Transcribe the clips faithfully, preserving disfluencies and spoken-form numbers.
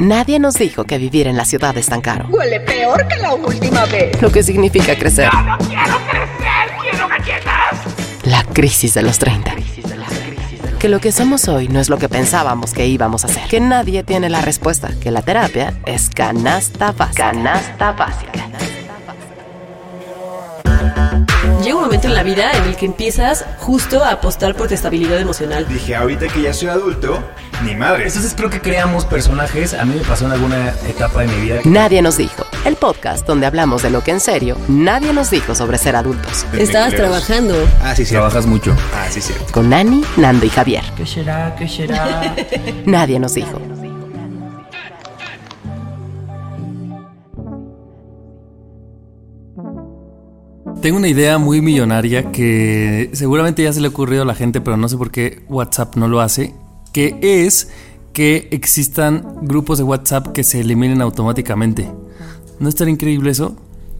Nadie nos dijo que vivir en la ciudad es tan caro. Huele peor que la última vez. Lo que significa crecer. ¡No, no quiero crecer! ¡Quiero galletas! La crisis de los treinta. Que lo que somos hoy no es lo que pensábamos que íbamos a ser. Que nadie tiene la respuesta. Que la terapia es canasta básica. Canasta básica. Llega un momento en la vida en el que empiezas justo a apostar por tu estabilidad emocional. Dije, ahorita que ya soy adulto, ni madre. Entonces creo que creamos personajes. A mí me pasó en alguna etapa de mi vida. Nadie nos dijo. El podcast donde hablamos de lo que en serio nadie nos dijo sobre ser adultos. Estabas trabajando. Ah, sí, sí. Trabajas mucho. Ah, sí, cierto. Con Nani, Nando y Javier. ¿Qué será? ¿Qué será? Nadie nos dijo. Tengo una idea muy millonaria que seguramente ya se le ha ocurrido a la gente, pero no sé por qué WhatsApp no lo hace, que es que existan grupos de WhatsApp que se eliminen automáticamente. ¿No estaría increíble eso?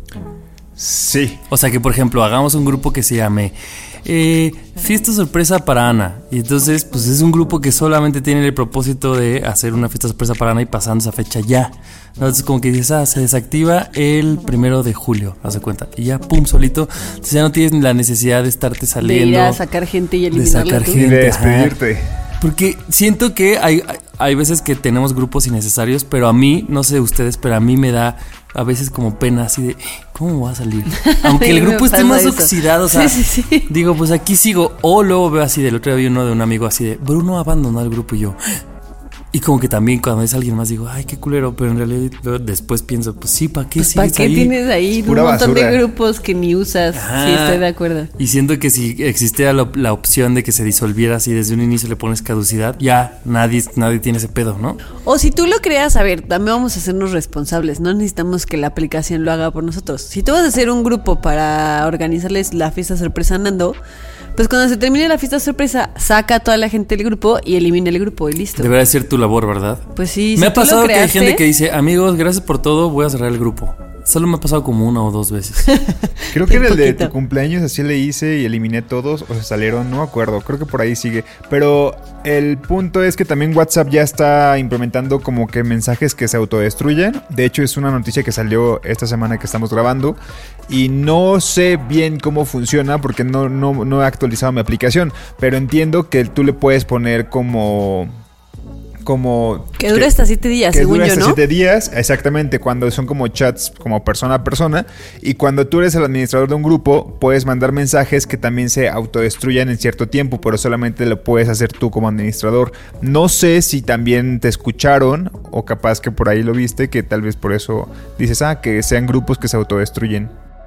Sí. O sea, que por ejemplo hagamos un grupo que se llame eh, Fiesta Sorpresa para Ana. Y entonces pues es un grupo que solamente tiene el propósito de hacer una fiesta sorpresa para Ana y pasando esa fecha ya. Entonces como que dices, ah, se desactiva el primero de julio, haz de cuenta. Y ya, pum, solito. Entonces ya no tienes la necesidad de estarte saliendo. De ir a sacar gente y eliminarla. De sacar tú. gente. Y de despedirte. Ajá. Porque siento que hay, hay veces que tenemos grupos innecesarios, pero a mí, no sé ustedes, pero a mí me da a veces como pena así de, ¿cómo voy a salir? Aunque el grupo esté más eso. oxidado, o sea, sí, sí, sí. digo, pues aquí sigo. O luego veo así, del otro día vi uno de un amigo así de, Bruno abandonó el grupo y yo... Y como que también cuando es alguien más digo, ay, qué culero, pero en realidad después pienso, pues sí, ¿para qué pues sigues ¿para qué ahí? tienes ahí un Pura montón basura. de grupos que ni usas? Ajá. Sí, estoy de acuerdo. Y siento que si existiera lo, la opción de que se disolviera así desde un inicio le pones caducidad, ya nadie, nadie tiene ese pedo, ¿no? O si tú lo creas, a ver, también vamos a hacernos responsables. No necesitamos que la aplicación lo haga por nosotros. Si tú vas a hacer un grupo para organizarles la fiesta sorpresa a Nando, pues cuando se termine la fiesta sorpresa, saca a toda la gente del grupo y elimina el grupo y listo. Debería ser tu labor, ¿verdad? Pues sí, me si ha tú lo pasado que hay creaste- gente que dice, amigos, gracias por todo, voy a cerrar el grupo. Solo me ha pasado como una o dos veces. Creo que en el de poquito. tu cumpleaños así le hice y eliminé todos o se salieron, no me acuerdo, creo que por ahí sigue. Pero el punto es que también WhatsApp ya está implementando como que mensajes que se autodestruyen. De hecho es una noticia que salió esta semana que estamos grabando y no sé bien cómo funciona porque no, no, no he actualizado mi aplicación, pero entiendo que tú le puedes poner como... como Que dura hasta siete días, que según dura yo, hasta ¿no? siete días, exactamente, cuando son como chats como persona a persona. Y cuando tú eres el administrador de un grupo, puedes mandar mensajes que también se autodestruyan en cierto tiempo, pero solamente lo puedes hacer tú como administrador. No sé si también te escucharon o capaz que por ahí lo viste, que tal vez por eso dices, ah, que sean grupos que se autodestruyen.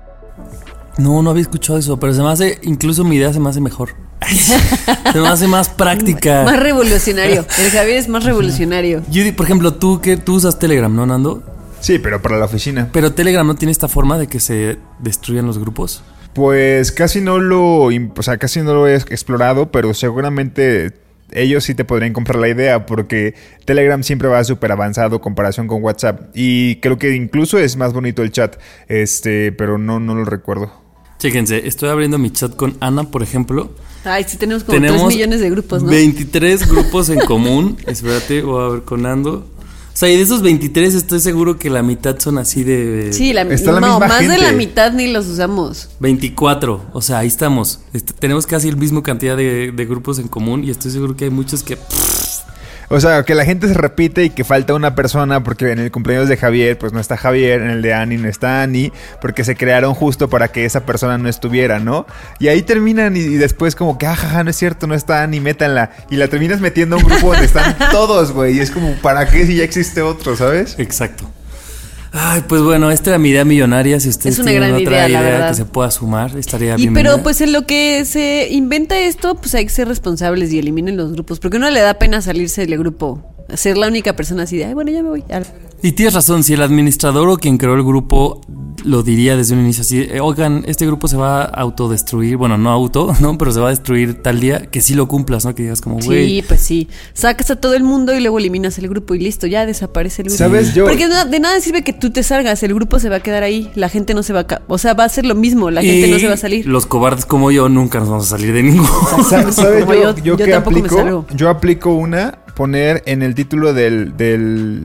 No, no había escuchado eso, pero se me hace, incluso mi idea se me hace mejor. Se me hace más práctica. Más revolucionario. El Javier es más revolucionario. Yo, por ejemplo, tú que tú usas Telegram, ¿no, Nando? Sí, pero para la oficina. Pero Telegram no tiene esta forma de que se destruyan los grupos. Pues casi no lo, o sea, casi no lo he explorado, pero seguramente ellos sí te podrían comprar la idea porque Telegram siempre va súper avanzado en comparación con WhatsApp y creo que incluso es más bonito el chat, este, pero no, no lo recuerdo. Chéquense, estoy abriendo mi chat con Ana, por ejemplo. Ay, sí, tenemos como Tenemos tres millones de grupos, ¿no? veintitrés grupos en común. Espérate, voy a ver con Nando. O sea, y de esos veintitrés estoy seguro que la mitad son así de... Sí, la, Está la no, misma más gente. de la mitad ni los usamos. veinticuatro, o sea, ahí estamos. Este, tenemos casi el mismo cantidad de, de grupos en común y estoy seguro que hay muchos que... O sea, que la gente se repite y que falta una persona porque en el cumpleaños de Javier pues no está Javier, en el de Ani no está Ani, porque se crearon justo para que esa persona no estuviera, ¿no? Y ahí terminan y, y después como que, ah, jaja, no es cierto, no está Ani, métanla. Y la terminas metiendo a un grupo donde están todos, güey. Y es como, ¿para qué si ya existe otro, sabes? Exacto. Ay, pues bueno, esta era mi idea millonaria. Si ustedes Es una tienen gran otra idea, la idea verdad. que se pueda sumar, estaría Y bien. pero pues en lo que se inventa esto, pues hay que ser responsables y eliminen los grupos. Porque uno le da pena salirse del grupo. Ser la única persona así de, ay, bueno, ya me voy. Y tienes razón, si el administrador o quien creó el grupo lo diría desde un inicio así, eh, oigan, este grupo se va a autodestruir, bueno, no auto, ¿no? Pero se va a destruir tal día, que sí lo cumplas, ¿no? Que digas como, güey. Sí, pues sí. Sacas a todo el mundo y luego eliminas el grupo y listo, ya desaparece el grupo. ¿Sabes? Yo... Porque de, de nada sirve que tú te salgas, el grupo se va a quedar ahí, la gente no se va a... Ca- o sea, va a ser lo mismo, la gente Y no se va a salir. los cobardes como yo nunca nos vamos a salir de ninguno. ¿Sabes? ¿Sabes? Como Yo, yo- yo yo qué tampoco me aplico? salgo. Yo aplico una, poner en el título del, del,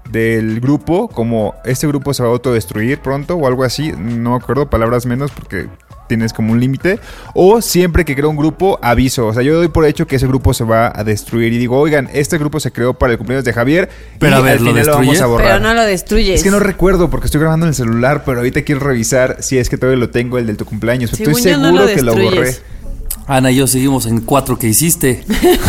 del grupo, como este grupo se va a autodestruir pronto o algo así, no me acuerdo, palabras menos porque tienes como un límite, o siempre que creo un grupo, aviso, o sea, yo doy por hecho que ese grupo se va a destruir y digo, oigan, este grupo se creó para el cumpleaños de Javier, pero y a ver, al ¿lo final lo destruye? vamos a borrar. Pero no lo destruyes. Es que no recuerdo porque estoy grabando en el celular, pero ahorita quiero revisar si es que todavía lo tengo, el de tu cumpleaños. Según Estoy yo, no seguro lo que lo borré. destruyes. Ana y yo seguimos en cuatro que hiciste.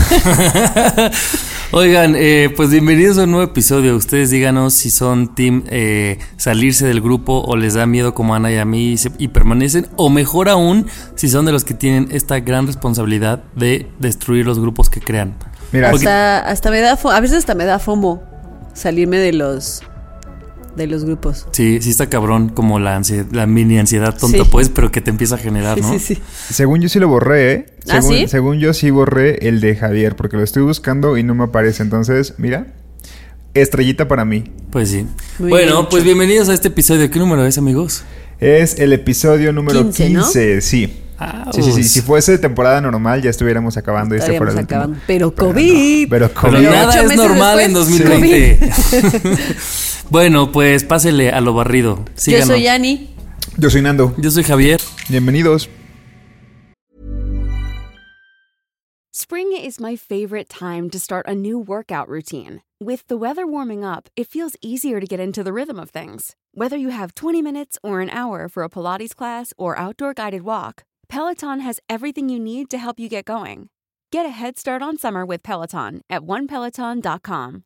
Oigan, eh, pues bienvenidos a un nuevo episodio. Ustedes díganos si son team eh, salirse del grupo o les da miedo como a Ana y a mí y, se, y permanecen, o mejor aún, si son de los que tienen esta gran responsabilidad de destruir los grupos que crean. Mira, Hasta, hasta me da fo- a veces hasta me da FOMO salirme de los de los grupos. Sí, sí está cabrón, como la ansiedad, la mini ansiedad tonta, Sí. pues, pero que te empieza a generar, Sí, ¿no? sí, sí. según yo sí lo borré, ¿eh? ¿Ah, Según, sí? según yo sí borré el de Javier, porque lo estoy buscando y no me aparece. Entonces, mira, estrellita para mí. Pues sí. Muy bueno, bien hecho. pues bienvenidos a este episodio. ¿Qué número es, amigos? Es el episodio número quince, quince, ¿no? sí. Ah, Sí, sí, sí. pues. Si fuese temporada normal, ya estuviéramos acabando y este fuera Estaríamos el último. acabando. Pero Pero COVID. no, pero Pero COVID. Ocho nada es meses normal en dos después, mil veinte. Bueno, pues pásele a lo barrido. Yo Síganos. soy Ani. Yo soy Nando. Yo soy Javier. Bienvenidos. Spring is my favorite time to start a new workout routine. With the weather warming up, it feels easier to get into the rhythm of things. Whether you have twenty minutes or an hour for a Pilates class or outdoor guided walk, Peloton has everything you need to help you get going. Get a head start on summer with Peloton at one peloton dot com.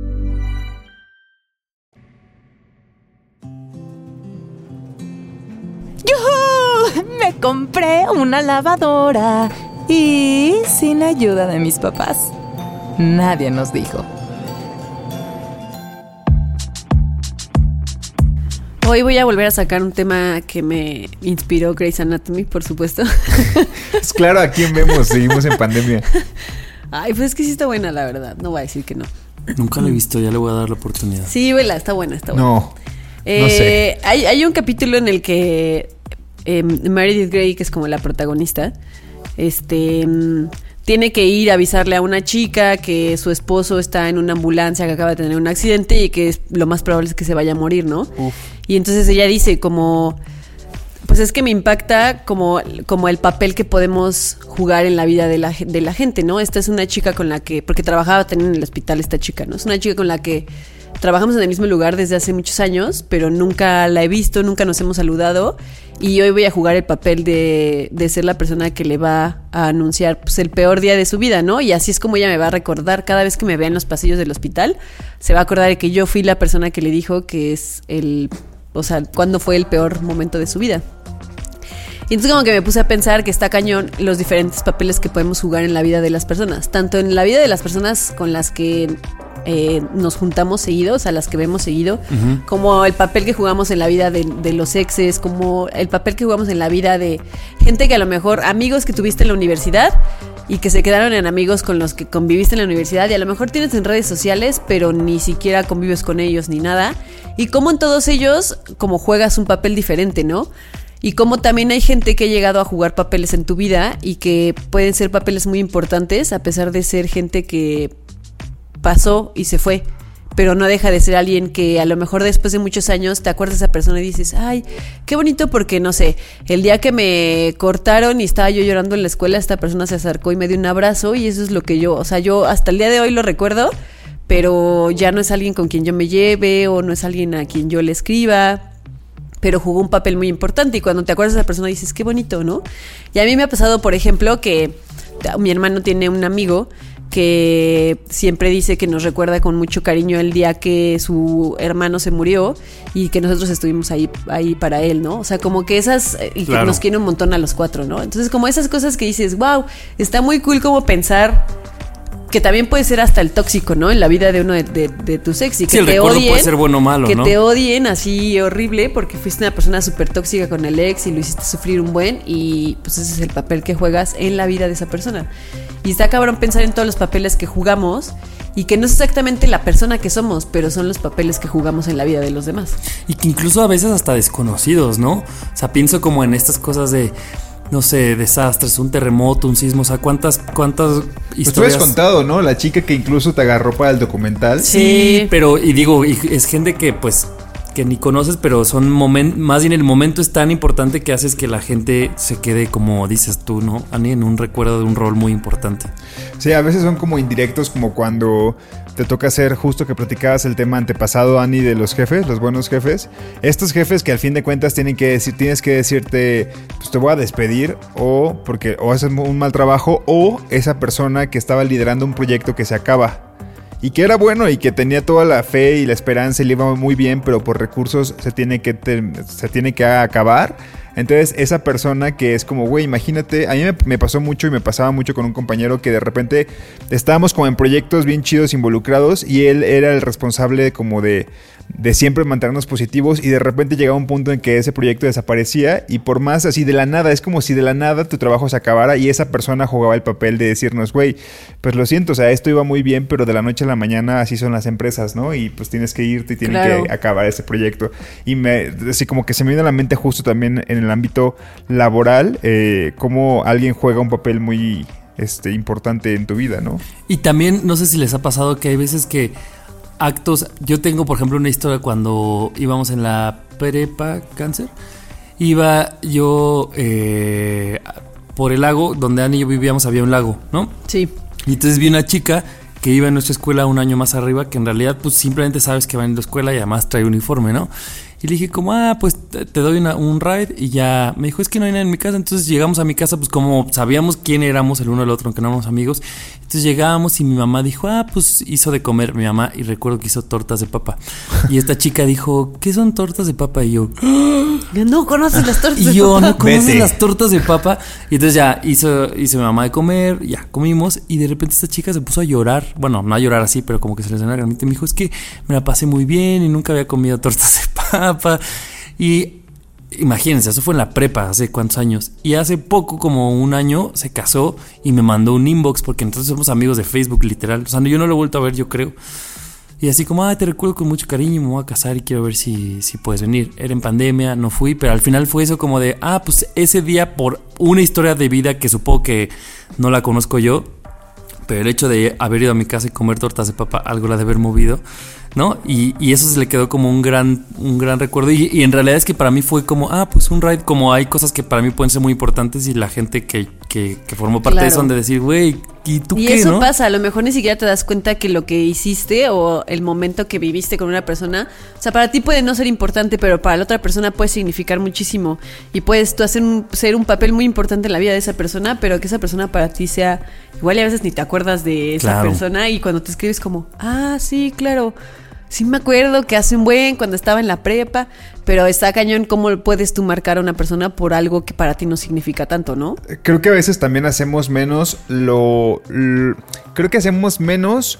¡Yujú! Me compré una lavadora y sin ayuda de mis papás. Nadie nos dijo. Hoy voy a volver a sacar un tema que me inspiró Grey's Anatomy, por supuesto. Es claro a quién vemos, seguimos en pandemia. Ay, pues es que sí está buena, la verdad. No voy a decir que no. Nunca la he visto, ya le voy a dar la oportunidad. Sí, vela, está buena, está buena. No, Eh, no sé. Hay, hay un capítulo en el que eh, Meredith Grey, que es como la protagonista, este mm, tiene que ir a avisarle a una chica que su esposo está en una ambulancia, que acaba de tener un accidente y que es, lo más probable es que se vaya a morir, ¿no? Uf. Y entonces ella dice como... Pues es que me impacta como, como el papel que podemos jugar en la vida de la, de la gente, ¿no? Esta es una chica con la que... Porque trabajaba también en el hospital esta chica, ¿no? Es una chica con la que trabajamos en el mismo lugar desde hace muchos años, pero nunca la he visto, nunca nos hemos saludado. Y hoy voy a jugar el papel de, de ser la persona que le va a anunciar pues, el peor día de su vida, ¿no? Y así es como ella me va a recordar cada vez que me vea en los pasillos del hospital. Se va a acordar de que yo fui la persona que le dijo que es el... O sea, cuándo fue el peor momento de su vida. Y entonces como que me puse a pensar que está cañón los diferentes papeles que podemos jugar en la vida de las personas. Tanto en la vida de las personas con las que eh, nos juntamos seguido, o sea, las que vemos seguido, uh-huh. como el papel que jugamos en la vida de, de los exes, como el papel que jugamos en la vida de gente que a lo mejor, amigos que tuviste en la universidad y que se quedaron en amigos con los que conviviste en la universidad y a lo mejor tienes en redes sociales, pero ni siquiera convives con ellos ni nada. Y como en todos ellos, como juegas un papel diferente, ¿no? Y como también hay gente que ha llegado a jugar papeles en tu vida y que pueden ser papeles muy importantes a pesar de ser gente que pasó y se fue, pero no deja de ser alguien que a lo mejor después de muchos años te acuerdas de esa persona y dices, ay, qué bonito porque, no sé, el día que me cortaron y estaba yo llorando en la escuela, esta persona se acercó y me dio un abrazo y eso es lo que yo, o sea, yo hasta el día de hoy lo recuerdo, pero ya no es alguien con quien yo me lleve o no es alguien a quien yo le escriba, pero jugó un papel muy importante y cuando te acuerdas de esa persona dices, qué bonito, ¿no? Y a mí me ha pasado, por ejemplo, que mi hermano tiene un amigo que siempre dice que nos recuerda con mucho cariño el día que su hermano se murió y que nosotros estuvimos ahí, ahí para él, ¿no? O sea, como que esas, y que claro. nos quiere un montón a los cuatro, ¿no? Entonces, como esas cosas que dices, wow, está muy cool como pensar que también puede ser hasta el tóxico, ¿no? En la vida de uno de, de, de tus ex y que sí, el te recuerdo odien, puede ser bueno o malo, que ¿no? te odien así horrible porque fuiste una persona súper tóxica con el ex y lo hiciste sufrir un buen y pues ese es el papel que juegas en la vida de esa persona. Y está cabrón pensar en todos los papeles que jugamos y que no es exactamente la persona que somos, pero son los papeles que jugamos en la vida de los demás. Y que incluso a veces hasta desconocidos, ¿no? O sea, pienso como en estas cosas de... no sé, desastres, un terremoto, un sismo, o sea, cuántas, cuántas historias. Pues tú has contado, ¿no? La chica que incluso te agarró para el documental. Sí, pero, y digo, y es gente que pues que ni conoces, pero son momentos, más bien el momento es tan importante que haces que la gente se quede, como dices tú, ¿no, Ani? En un recuerdo de un rol muy importante. Sí, a veces son como indirectos, como cuando te toca hacer, justo que platicabas el tema antepasado, Ani, de los jefes, los buenos jefes. Estos jefes que al fin de cuentas tienen que decir, tienes que decirte, pues te voy a despedir, o porque o haces un mal trabajo, o esa persona que estaba liderando un proyecto que se acaba. Y que era bueno y que tenía toda la fe y la esperanza y le iba muy bien, pero por recursos se tiene que, te, se tiene que acabar. Entonces esa persona que es como, güey, imagínate, a mí me, me pasó mucho y me pasaba mucho con un compañero que de repente estábamos como en proyectos bien chidos involucrados y él era el responsable como de, de siempre mantenernos positivos y de repente llegaba un punto en que ese proyecto desaparecía y por más así de la nada, es como si de la nada tu trabajo se acabara y esa persona jugaba el papel de decirnos, güey, pues lo siento, o sea, esto iba muy bien, pero de la noche a la mañana así son las empresas, ¿no? Y pues tienes que irte y tienes claro. que acabar ese proyecto. Y me, así como que se me viene a la mente justo también en el ámbito laboral, eh, cómo alguien juega un papel muy este, importante en tu vida, ¿no? Y también, no sé si les ha pasado que hay veces que actos, yo tengo por ejemplo una historia cuando íbamos en la prepa cáncer, iba yo eh, por el lago, donde Ani y yo vivíamos había un lago, ¿no? Sí. Y entonces vi una chica que iba en nuestra escuela un año más arriba, que en realidad pues simplemente sabes que va en la escuela y además trae uniforme, ¿no? Y le dije como, ah, pues te doy una, un ride. Y ya me dijo, es que no hay nadie en mi casa. Entonces llegamos a mi casa, pues como sabíamos quién éramos el uno el otro, aunque no éramos amigos. Entonces llegamos y mi mamá dijo, ah, pues hizo de comer mi mamá. Y recuerdo que hizo tortas de papa. Y esta chica dijo, ¿qué son tortas de papa? Y yo, no conoces las tortas y de yo, papa. no conoces Vete. las tortas de papa. Y entonces ya hizo, hizo mi mamá de comer, ya comimos. Y de repente esta chica se puso a llorar. Bueno, no a llorar así, pero como que se le sonó la garganta. Y me dijo, es que me la pasé muy bien y nunca había comido tortas de papa. Y imagínense, eso fue en la prepa hace cuántos años. Y hace poco, como un año, se casó y me mandó un inbox, porque entonces somos amigos de Facebook, literal. O sea, yo no lo he vuelto a ver, yo creo. Y así como, ah, te recuerdo con mucho cariño, me voy a casar y quiero ver si, si puedes venir. Era en pandemia, no fui, pero al final fue eso como de, ah, pues ese día por una historia de vida que supongo que no la conozco yo, pero el hecho de haber ido a mi casa y comer tortas de papa, algo la de haber movido, ¿no? Y, y eso se le quedó como un gran, un gran recuerdo. Y, y en realidad es que para mí fue como, ah, pues un ride, como hay cosas que para mí pueden ser muy importantes y la gente que, que, que formó parte Claro. de eso han de decir, güey, ¿y tú Y qué, eso no? pasa, a lo mejor ni siquiera te das cuenta que lo que hiciste o el momento que viviste con una persona, o sea, para ti puede no ser importante, pero para la otra persona puede significar muchísimo. Y puedes tú hacer un, ser un papel muy importante en la vida de esa persona, pero que esa persona para ti sea, igual y a veces ni te acuerdas de esa Claro. persona y cuando te escribes como, ah, sí, claro. Sí me acuerdo que hace un buen cuando estaba en la prepa, pero está cañón cómo puedes tú marcar a una persona por algo que para ti no significa tanto, ¿no? Creo que a veces también hacemos menos lo, lo creo que hacemos menos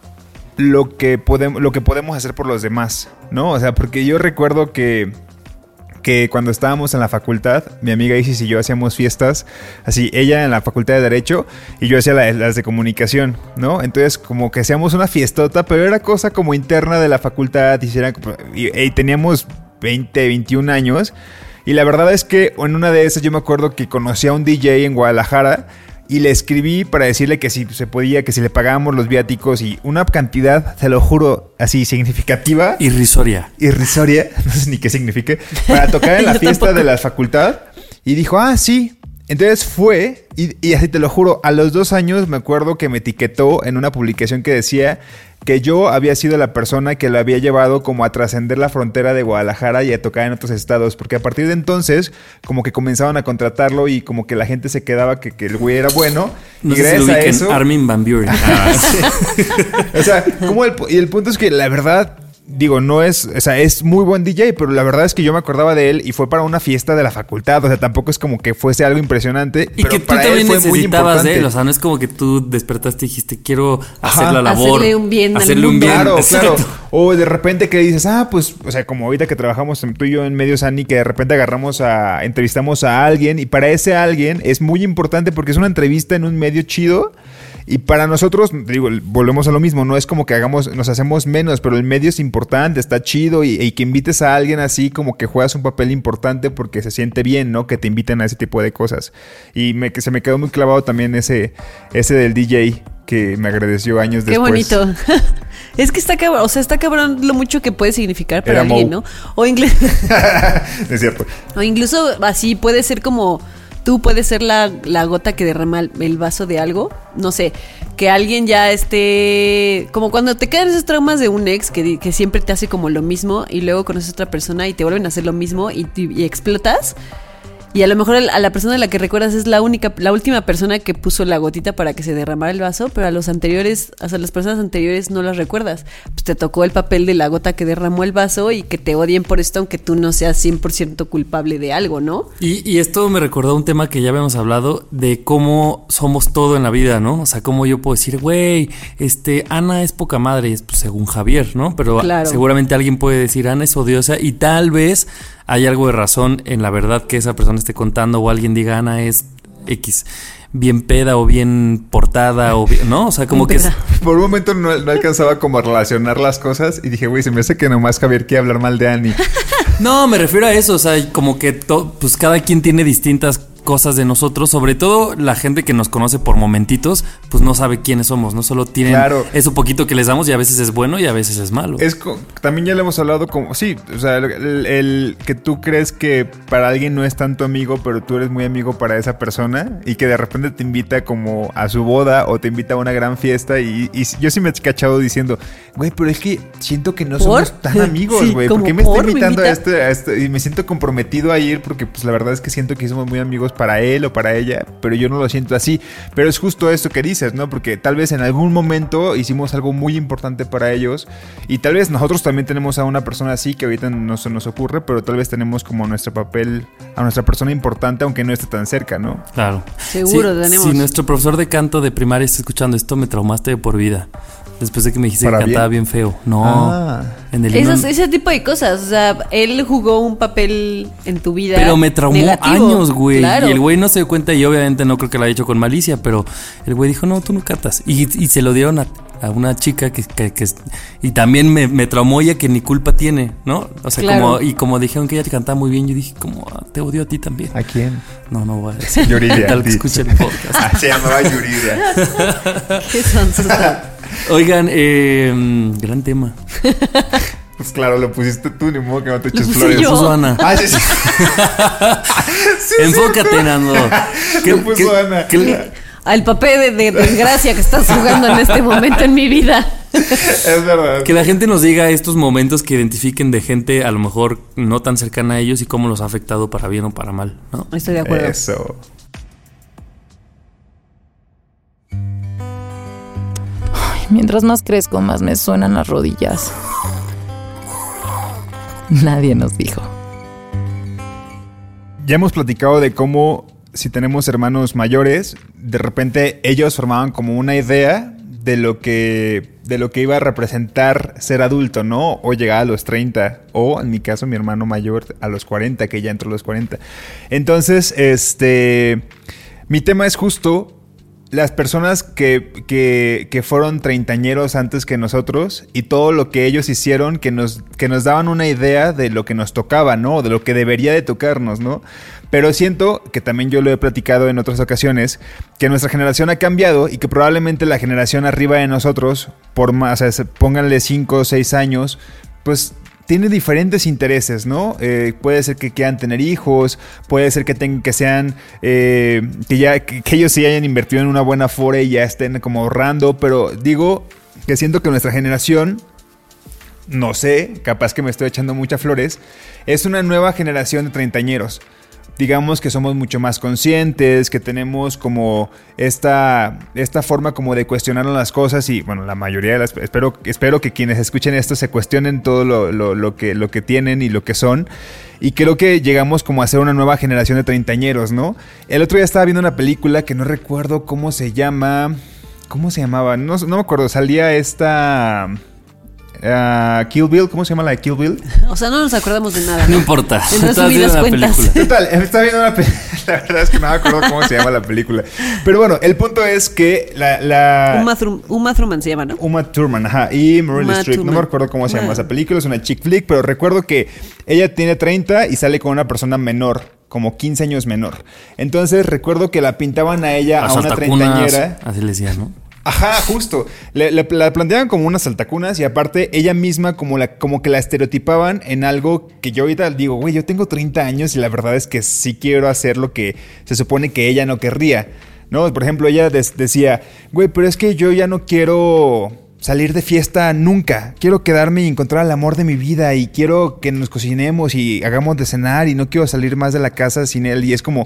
lo que podemos lo que podemos hacer por los demás, ¿no? O sea, porque yo recuerdo que que cuando estábamos en la facultad, mi amiga Isis y yo hacíamos fiestas, así, ella en la facultad de Derecho y yo hacía la, las de Comunicación, ¿no? Entonces, como que hacíamos una fiestota, pero era cosa como interna de la facultad, hicieran, y, y teníamos veinte, veintiún años, y la verdad es que en una de esas yo me acuerdo que conocí a un D J en Guadalajara, y le escribí para decirle que si se podía, que si le pagábamos los viáticos y una cantidad, te lo juro, así significativa. Irrisoria. Irrisoria, no sé ni qué signifique, para tocar en la fiesta tampoco. De la facultad. Y dijo, ah, sí. Entonces fue, y, y así te lo juro, a los dos años me acuerdo que me etiquetó en una publicación que decía que yo había sido la persona que lo había llevado como a trascender la frontera de Guadalajara y a tocar en otros estados, porque a partir de entonces como que comenzaban a contratarlo y como que la gente se quedaba que, que el güey era bueno. No y sé gracias si lo a ubiquen, eso... Armin van Buren. Ah, sí. O sea, como el, y el punto es que la verdad... Digo, no es, o sea, es muy buen D J, pero la verdad es que yo me acordaba de él y fue para una fiesta de la facultad, o sea, tampoco es como que fuese algo impresionante, Y pero que tú para también él fue muy necesitabas importante. de él, o sea, no es como que tú despertaste y dijiste, quiero hacer Ajá. la labor. Hacerle un bien al hacerle un mundo. bien. Claro, Exacto. claro. O de repente que dices, ah, pues, o sea, como ahorita que trabajamos tú y yo en Medios Ani, que de repente agarramos a, entrevistamos a alguien y para ese alguien es muy importante porque es una entrevista en un medio chido Y para nosotros, digo, volvemos a lo mismo, no es como que hagamos, nos hacemos menos, pero el medio es importante, está chido y, y que invites a alguien así como que juegas un papel importante porque se siente bien, ¿no? Que te inviten a ese tipo de cosas. Y me, que se me quedó muy clavado también ese, ese del D J que me agradeció años Qué después. Qué bonito. Es que está cabrón, o sea, está cabrón lo mucho que puede significar para Era alguien, Mo. ¿no? O, inclu- Es cierto. o incluso así puede ser como... Tú puedes ser la, la gota que derrama el, el vaso de algo. No sé, que alguien ya esté... Como cuando te quedan esos traumas de un ex que, que siempre te hace como lo mismo y luego conoces a otra persona y te vuelven a hacer lo mismo y, y, y explotas. Y a lo mejor a la persona a la que recuerdas es la única, la última persona que puso la gotita para que se derramara el vaso, pero a los anteriores, o sea, las personas anteriores no las recuerdas. Pues te tocó el papel de la gota que derramó el vaso y que te odien por esto, aunque tú no seas cien por ciento culpable de algo, ¿no? Y, y esto me recordó un tema que ya habíamos hablado de cómo somos todo en la vida, ¿no? O sea, cómo yo puedo decir, güey, este, Ana es poca madre, pues según Javier, ¿no? Pero Claro. seguramente alguien puede decir, Ana es odiosa y tal vez hay algo de razón en la verdad que esa persona esté contando o alguien diga, Ana es X, bien peda o bien portada o bien, ¿no? O sea, como que es, Por un momento no, no alcanzaba como a relacionar las cosas y dije, güey, se me hace que nomás Javier quiere hablar mal de Annie. no, me refiero a eso, o sea, como que to, pues cada quien tiene distintas cosas de nosotros, sobre todo la gente que nos conoce por momentitos, pues no sabe quiénes somos, no solo tienen Claro. eso poquito que les damos y a veces es bueno y a veces es malo. Es co- también ya lo hemos hablado como, sí, o sea, el, el- el que tú crees que para alguien no es tanto amigo, pero tú eres muy amigo para esa persona y que de repente te invita como a su boda o te invita a una gran fiesta y, y yo sí me he cachado diciendo, güey, pero es que siento que no ¿Por? somos tan amigos, Sí, güey, ¿por como qué me está por, me invitando a invita. este, a este? Y me siento comprometido a ir porque pues la verdad es que siento que somos muy amigos para él o para ella, pero yo no lo siento así. Pero es justo esto que dices, ¿no? Porque tal vez en algún momento hicimos algo muy importante para ellos y tal vez nosotros también tenemos a una persona así que ahorita no se nos ocurre, pero tal vez tenemos como nuestro papel, a nuestra persona importante aunque no esté tan cerca, ¿no? Claro. Seguro Sí, tenemos. Si nuestro profesor de canto de primaria está escuchando esto, me traumaste de por vida. Después de que me dijiste que ¿Para cantaba bien? bien feo. No. Ah. En el himno- Esos, ese tipo de cosas, o sea, él jugó un papel en tu vida. Pero me traumó negativo. años, güey. Claro. Y el güey no se dio cuenta y obviamente no creo que lo haya hecho con malicia, pero el güey dijo, no, tú no cantas. Y, y se lo dieron a, a una chica que, que, que- y también me, me traumó ella que ni culpa tiene, ¿no? O sea, Claro. como, y como dijeron que ella cantaba muy bien, yo dije, como, ah, te odio a ti también. ¿A quién? No, no voy a decir. Yuridia. Tal que escuche el podcast. Ah, se llamaba Yuridia. ¿Qué son sus- Oigan, eh, gran tema. Pues claro, lo pusiste tú, ni modo que no te eches puse flores. yo. Puso Ana. Ah, sí, sí. Enfócate, Nando. Lo puso Ana. Al papel de, de desgracia que estás jugando en este momento en mi vida. Es verdad. Que la gente nos diga estos momentos que identifiquen de gente a lo mejor no tan cercana a ellos y cómo los ha afectado para bien o para mal, ¿no? Estoy de acuerdo. Eso. Mientras más crezco, más me suenan las rodillas. Nadie nos dijo. Ya hemos platicado de cómo si tenemos hermanos mayores, de repente ellos formaban como una idea de lo que de lo que iba a representar ser adulto, ¿no? O llegar a los treinta, o en mi caso mi hermano mayor a los cuarenta, que ya entró a los cuarenta. Entonces, este mi tema es justo las personas que, que, que fueron treintañeros antes que nosotros y todo lo que ellos hicieron que nos, que nos daban una idea de lo que nos tocaba, ¿no? De lo que debería de tocarnos, ¿no? Pero siento, que también yo lo he platicado en otras ocasiones, que nuestra generación ha cambiado y que probablemente la generación arriba de nosotros, por más, o sea, pónganle cinco o seis años, pues tiene diferentes intereses, ¿no? Eh, puede ser que quieran tener hijos, puede ser que tengan, que sean, eh, que ya, que, que ellos sí hayan invertido en una buena fore y ya estén como ahorrando, pero digo que siento que nuestra generación, no sé, capaz que me estoy echando muchas flores, es una nueva generación de treintañeros. Digamos que somos mucho más conscientes, que tenemos como esta, esta forma como de cuestionar las cosas y bueno, la mayoría de las... Espero, espero que quienes escuchen esto se cuestionen todo lo, lo, lo, que, lo que tienen y lo que son. Y creo que llegamos como a ser una nueva generación de treintañeros, ¿no? El otro día estaba viendo una película que no recuerdo cómo se llama... ¿Cómo se llamaba? No, no me acuerdo. Salía esta... uh, Kill Bill. ¿Cómo se llama la de Kill Bill? O sea, no nos acordamos de nada. No importa. En Estás viendo resumidas una cuentas. película. Total, está viendo una película. La verdad es que no me acuerdo cómo se llama la película. Pero bueno, el punto es que la... la Uma, Thur- Uma Thurman se llama, ¿no? Uma Thurman, ajá, y Meryl Uma Streep. No Thurman. me recuerdo cómo se llama Bueno. esa película, es una chick flick, pero recuerdo que ella tiene treinta y sale con una persona menor, como quince años menor. Entonces recuerdo que la pintaban a ella, Las a una saltacunas, treintañera. así le decían, ¿no? Ajá, justo. Le, le- la planteaban como unas saltacunas y aparte ella misma como, la, como que la estereotipaban en algo que yo ahorita digo, güey, yo tengo treinta años y la verdad es que sí quiero hacer lo que se supone que ella no querría, ¿no? Por ejemplo, ella des- decía, güey, pero es que yo ya no quiero salir de fiesta nunca. Quiero quedarme y encontrar el amor de mi vida y quiero que nos cocinemos y hagamos de cenar y no quiero salir más de la casa sin él. Y es como,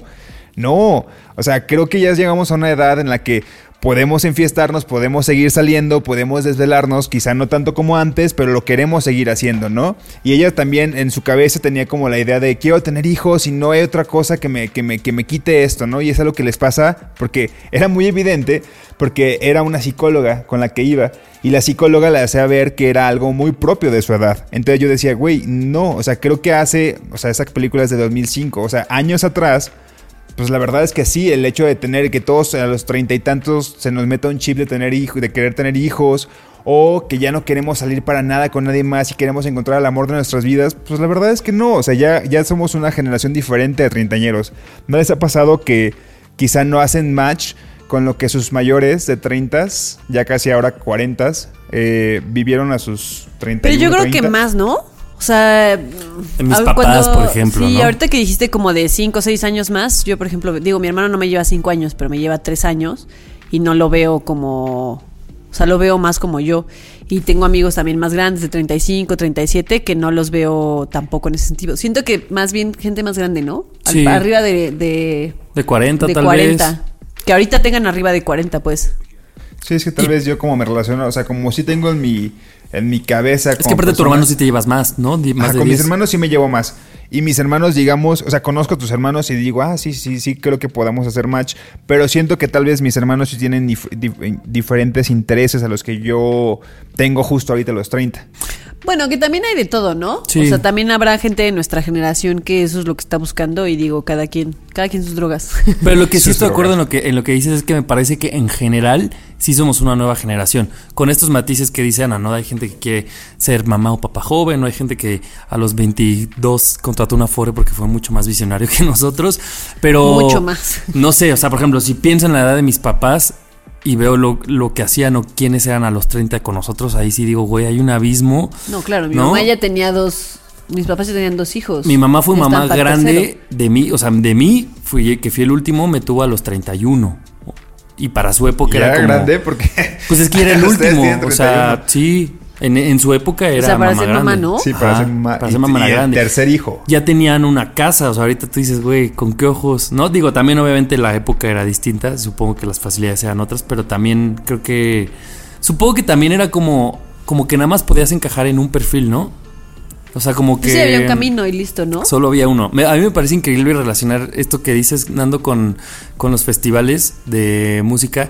no, o sea, creo que ya llegamos a una edad en la que podemos enfiestarnos, podemos seguir saliendo, podemos desvelarnos, quizá no tanto como antes, pero lo queremos seguir haciendo, ¿no? Y ella también en su cabeza tenía como la idea de quiero tener hijos y no hay otra cosa que me, que me, que me quite esto, ¿no? Y es algo que les pasa porque era muy evidente, porque era una psicóloga con la que iba y la psicóloga le hacía ver que era algo muy propio de su edad. Entonces yo decía, güey, no, o sea, creo que hace, o sea, esa película es de dos mil cinco, o sea, años atrás. Pues la verdad es que sí, el hecho de tener que todos a los treinta y tantos se nos meta un chip de tener hijos, de querer tener hijos, o que ya no queremos salir para nada con nadie más y queremos encontrar el amor de nuestras vidas, pues la verdad es que no, o sea, ya, ya somos una generación diferente de treintañeros. ¿No les ha pasado que quizá no hacen match con lo que sus mayores de treinta, ya casi ahora cuarenta, eh, vivieron a sus treinta y uno, Pero yo creo treinta? que más, ¿no? O sea, En mis a- papás, por ejemplo, Sí, ¿no? ahorita que dijiste como de cinco o seis años más, yo por ejemplo, digo, mi hermano no me lleva cinco años, pero me lleva tres años y no lo veo como, o sea, lo veo más como yo. Y tengo amigos también más grandes, de treinta y cinco, treinta y siete, que no los veo tampoco en ese sentido. Siento que más bien gente más grande, ¿no? Al- Sí. Arriba de, de, De cuarenta, de tal cuarenta. vez. Que ahorita tengan arriba de cuarenta, pues. Sí, es que tal Y- vez yo como me relaciono, o sea, como si tengo en mi, en mi cabeza... Es que aparte de tu hermano sí te llevas más, ¿no? Di- Más Ajá, de con mis diez. hermanos sí me llevo más. Y mis hermanos, digamos, o sea, conozco a tus hermanos y digo, ah, sí, sí, sí, creo que podamos hacer match. Pero siento que tal vez mis hermanos sí tienen dif- dif- diferentes intereses a los que yo tengo justo ahorita a los treinta. Bueno, que también hay de todo, ¿no? Sí. O sea, también habrá gente de nuestra generación que eso es lo que está buscando y digo, cada quien, cada quien sus drogas. Pero lo que sí Sus estoy de acuerdo en drogas. lo que en lo que dices es que me parece que en general sí somos una nueva generación. Con estos matices que dice Ana, ¿no? Hay gente que quiere ser mamá o papá joven, no hay gente que a los veintidós contrató una Afore porque fue mucho más visionario que nosotros, pero Mucho más. No sé, o sea, por ejemplo, si pienso en la edad de mis papás y veo lo, lo que hacían o quiénes eran a los treinta con nosotros, ahí sí digo, güey, hay un abismo. No, claro, mi ¿No? mamá ya tenía dos, mis papás ya tenían dos hijos. Mi mamá fue Ya mamá están para grande tercero. de mí, o sea, de mí, fui, que fui el último, me tuvo a los treinta y uno. Y para su época Y era era como... grande porque... Pues es que era el Ustedes último, tienen o sea, treinta sí, en, en su época era O sea, para mamá ser mamá, grande. ¿no? Sí, para Ajá, ser mamá. para y- ser mamá y el grande. tercer hijo. Ya tenían una casa, o sea, ahorita tú dices, güey, ¿con qué ojos? No, digo, también obviamente la época era distinta, supongo que las facilidades eran otras, pero también creo que... Supongo que también era como, como que nada más podías encajar en un perfil, ¿no? O sea, como que... Sí, había un camino y listo, ¿no? Solo había uno. Me- A mí me parece increíble relacionar esto que dices, Nando, con, con los festivales de música.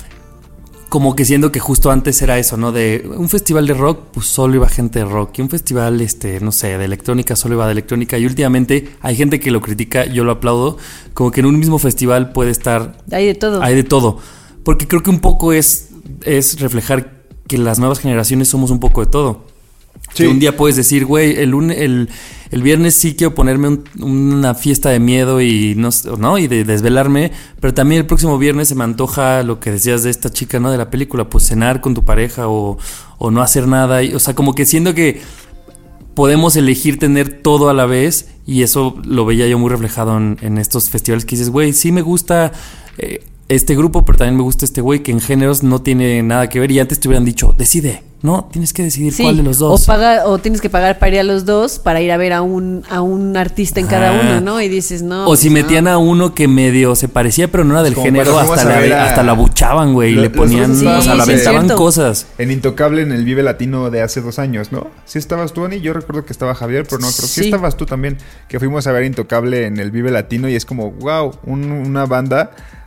Como que siendo que justo antes era eso, ¿no? De un festival de rock, pues solo iba gente de rock. Y un festival, este, no sé, de electrónica, solo iba de electrónica. Y últimamente hay gente que lo critica, yo lo aplaudo. Como que en un mismo festival puede estar... Hay de todo. Hay de todo. Porque creo que un poco es, es reflejar que las nuevas generaciones somos un poco de todo. Sí. Que un día puedes decir, güey, el, lun- el, el viernes sí quiero ponerme un- una fiesta de miedo y no, s- ¿no? y de desvelarme, pero también el próximo viernes se me antoja lo que decías de esta chica, ¿no? De la película, pues cenar con tu pareja o, o no hacer nada. Y, o sea, como que siento que podemos elegir tener todo a la vez y eso lo veía yo muy reflejado en, en estos festivales que dices, güey, sí me gusta... eh, este grupo, pero también me gusta este güey que en géneros no tiene nada que ver y antes te hubieran dicho, decide, no, tienes que decidir Sí, cuál de los dos. O, paga, o tienes que pagar para ir a los dos para ir a ver a un, a un artista en cada Ajá. uno, ¿no? Y dices, no. O si pues, metían no. a uno que medio se parecía, pero no era del Como género, cuando hasta fuimos a la, ver a- hasta la buchaban, güey, y Lo- le los ponían, dos o sea, estábamos la en- aventaban cierto. cosas. En Intocable, en el Vive Latino de hace dos años, ¿no? Sí estabas tú, Ani. Yo recuerdo que estaba Javier, pero no creo que sí Sí. estabas tú también. Que fuimos a ver Intocable en el Vive Latino y es como, wow, un- una banda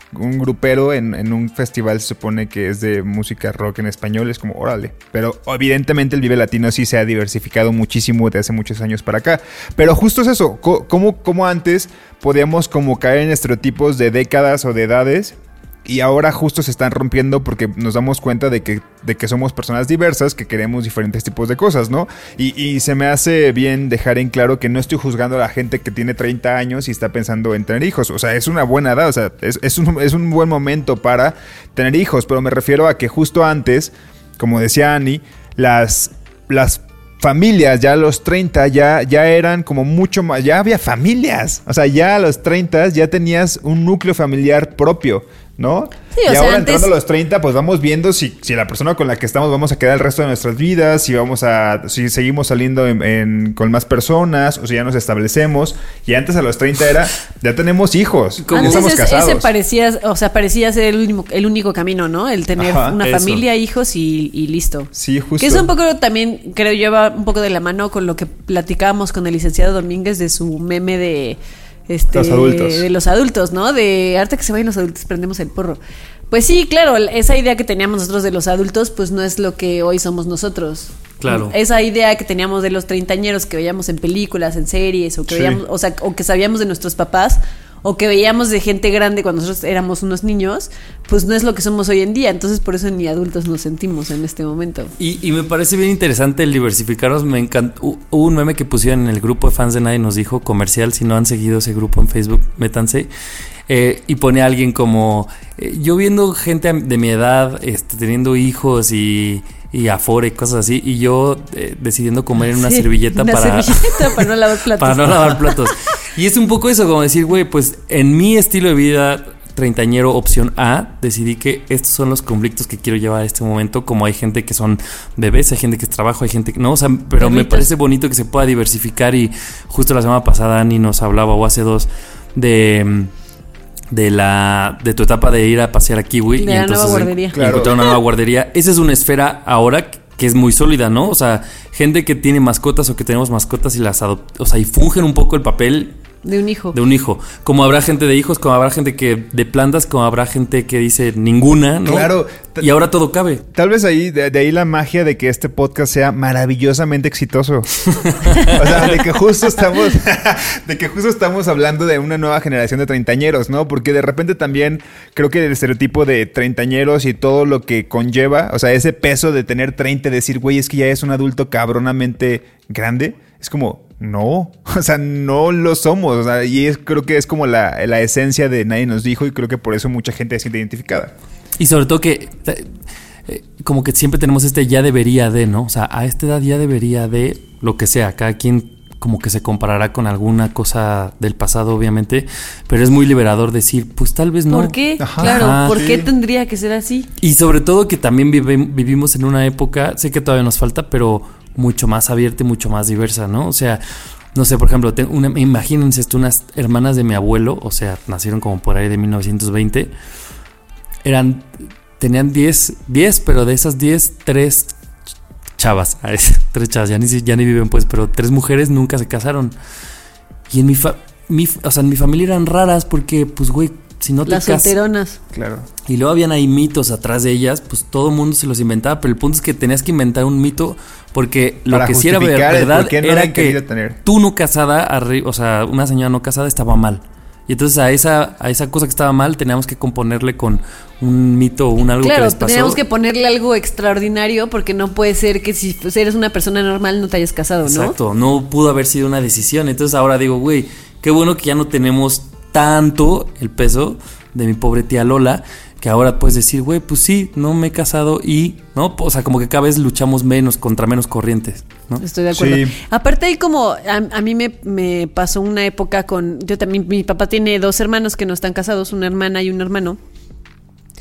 un grupero en, en un festival se supone que es de música rock en español, es como, órale. Pero evidentemente el Vive Latino sí se ha diversificado muchísimo desde hace muchos años para acá. Pero justo es eso, ¿cómo, cómo antes podíamos como caer en estereotipos de décadas o de edades? Y ahora justo se están rompiendo porque nos damos cuenta de que, de que somos personas diversas, que queremos diferentes tipos de cosas, ¿no? Y, y se me hace bien dejar en claro que no estoy juzgando a la gente que tiene treinta años y está pensando en tener hijos. O sea, es una buena edad, o sea, es, es, un, es un buen momento para tener hijos. Pero me refiero a que justo antes, como decía Ani, las... las familias ya a los treinta ya, ya eran como mucho más, ya había familias, o sea, ya a los treinta ya tenías un núcleo familiar propio, ¿no? Sí, y o sea, ahora antes... entrando a los treinta, pues vamos viendo si, si la persona con la que estamos vamos a quedar el resto de nuestras vidas, si vamos a, si seguimos saliendo en, en, con más personas, o si ya nos establecemos. Y antes a los treinta era, ya tenemos hijos, ya estamos es, casados. Ese parecía, o sea, parecía ser el único, el único camino, ¿no? El tener Ajá, una eso. familia, hijos y, y listo. Sí, justo. Que es un poco también, creo yo, va un poco de la mano con lo que platicábamos con el licenciado Domínguez de su meme de... Este, los adultos. De los adultos, ¿no? De ahorita que se vayan los adultos, prendemos el porro. Pues sí, claro, esa idea que teníamos nosotros de los adultos, pues no es lo que hoy somos nosotros. Claro. Esa idea que teníamos de los treintañeros que veíamos en películas, en series, o que Sí. veíamos, o sea, o que sabíamos de nuestros papás, o que veíamos de gente grande cuando nosotros éramos unos niños, pues no es lo que somos hoy en día. Entonces por eso ni adultos nos sentimos en este momento. Y, y me parece bien interesante el diversificarnos. Me encantó. Hubo un meme que pusieron en el grupo de fans de Nadie Nos Dijo, comercial. Si no han seguido ese grupo en Facebook, métanse. Eh, y pone a alguien como eh, yo viendo gente de mi edad este, teniendo hijos y, y afore, cosas así, y yo eh, decidiendo comer en una Sí, servilleta una para servilleta para no lavar platos. para no lavar platos. Y es un poco eso, como decir, güey, pues en mi estilo de vida treintañero opción A, decidí que estos son los conflictos que quiero llevar a este momento. Como hay gente que son bebés, hay gente que es trabajo, hay gente que no, o sea, pero Perritos. me parece bonito que se pueda diversificar. Y justo la semana pasada Ani nos hablaba, o hace dos, de de la de tu etapa de ir a pasear a Kiwi. De y la entonces nueva guardería. Claro. encontrar una nueva guardería. Esa es una esfera ahora que es muy sólida, ¿no? O sea, gente que tiene mascotas o que tenemos mascotas y las adop- o sea, y fungen un poco el papel De un hijo. de un hijo. Como habrá gente de hijos, como habrá gente que de plantas, como habrá gente que dice ninguna, ¿no? Claro. Y ahora todo cabe. Tal vez ahí, de, de ahí la magia de que este podcast sea maravillosamente exitoso. O sea, de que justo estamos, de que justo estamos hablando de una nueva generación de treintañeros, ¿no? Porque de repente también creo que el estereotipo de treintañeros y todo lo que conlleva, o sea, ese peso de tener treinta, decir, güey, es que ya es un adulto cabronamente grande, es como, no, o sea, no lo somos, o sea, y es, creo que es como la, la esencia de Nadie Nos Dijo, y creo que por eso mucha gente se siente identificada. Y sobre todo que eh, como que siempre tenemos este ya debería de, ¿no? O sea, a esta edad ya debería de lo que sea. Cada quien como que se comparará con alguna cosa del pasado, obviamente, pero es muy liberador decir, pues tal vez no. ¿Por qué? Ajá. Claro, Ajá, ¿por sí. qué tendría que ser así? Y sobre todo que también vive- vivimos en una época, sé que todavía nos falta, pero mucho más abierta y mucho más diversa, ¿no? O sea, no sé, por ejemplo, tengo una, imagínense esto, unas hermanas de mi abuelo, o sea, nacieron como por ahí de mil novecientos veinte, eran, tenían diez, diez, pero de esas diez, tres chavas, tres chavas, ya ni, ya ni viven pues, pero tres mujeres nunca se casaron. Y en mi, fa, mi o sea, en mi familia eran raras porque, pues, güey, si no te Las casas... solteronas. Claro. Y luego habían ahí mitos atrás de ellas, pues todo el mundo se los inventaba, pero el punto es que tenías que inventar un mito porque lo Para que sí era justificar el verdad por qué no era habían querido que tener. tú no casada, arri- o sea, una señora no casada estaba mal. Y entonces a esa a esa cosa que estaba mal teníamos que componerle con un mito o un algo que Claro, les pasó. teníamos que ponerle algo extraordinario porque no puede ser que si eres una persona normal no te hayas casado, ¿no? Exacto, no pudo haber sido una decisión. Entonces ahora digo, güey, qué bueno que ya no tenemos tanto el peso de mi pobre tía Lola, que ahora puedes decir, güey, pues sí, no me he casado y, ¿no? O sea, como que cada vez luchamos menos contra menos corrientes, ¿no? Estoy de acuerdo. Sí. Aparte hay como, a, a mí me, me pasó una época con, yo también, mi papá tiene dos hermanos que no están casados, una hermana y un hermano.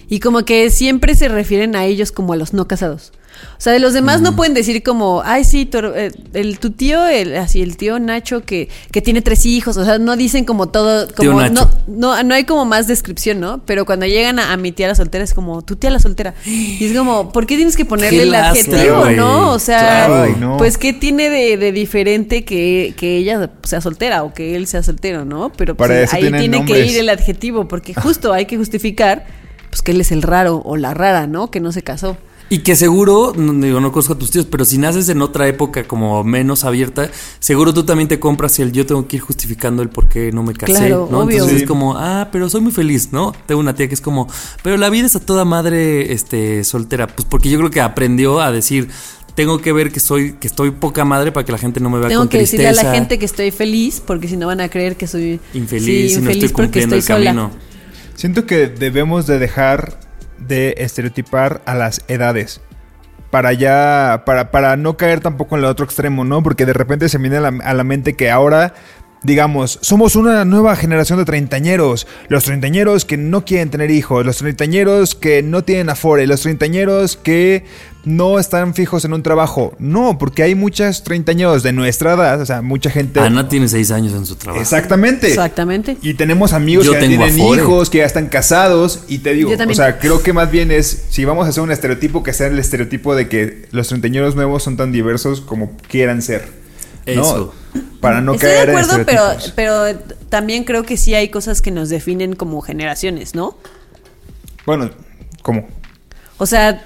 Y como que siempre se refieren a ellos como a los no casados. O sea, de los demás mm. no pueden decir como, ay, sí, tu, eh, el, tu tío, el, así, el tío Nacho que, que tiene tres hijos. O sea, no dicen como todo, como no, no, no hay como más descripción, ¿no? Pero cuando llegan a, a mi tía la soltera es como, tu tía la soltera. Y es como, ¿por qué tienes que ponerle el adjetivo, wey. no? O sea, claro, no. pues ¿qué tiene de, de diferente que, que ella sea soltera o que él sea soltero, ¿no? Pero pues, ahí tiene nombres. que ir el adjetivo, porque justo hay que justificar pues que él es el raro o la rara, ¿no? Que no se casó. Y que seguro, no digo, no conozco a tus tíos, pero si naces en otra época como menos abierta, seguro tú también te compras el yo tengo que ir justificando el por qué no me casé, claro, ¿no? Obvio. Entonces sí. es como, ah, pero soy muy feliz, ¿no? Tengo una tía que es como, pero la vida es a toda madre este, soltera. Pues porque yo creo que aprendió a decir, tengo que ver que soy que estoy poca madre para que la gente no me vea tengo con tristeza. Tengo que decirle a la gente que estoy feliz, porque si no van a creer que soy infeliz, sí, y infeliz no estoy cumpliendo estoy el sola. camino. Siento que debemos de dejar de estereotipar a las edades. Para ya, para, para no caer tampoco en el otro extremo, ¿no? Porque de repente se me viene a la, a la mente que ahora, digamos, somos una nueva generación de treintañeros. Los treintañeros que no quieren tener hijos, los treintañeros que no tienen afore, los treintañeros que no están fijos en un trabajo. No, porque hay muchos treintañeros de nuestra edad, o sea, mucha gente... Ana tiene seis años en su trabajo. Exactamente. Exactamente. Y tenemos amigos Yo que ya tienen afore. hijos, que ya están casados. Y te digo, o sea, creo que más bien es, si vamos a hacer un estereotipo, que sea el estereotipo de que los treintañeros nuevos son tan diversos como quieran ser. Eso. ¿No? Para no Estoy caer de acuerdo, en pero, estereotipos. pero también creo que sí hay cosas que nos definen como generaciones, ¿no? Bueno, ¿cómo? O sea,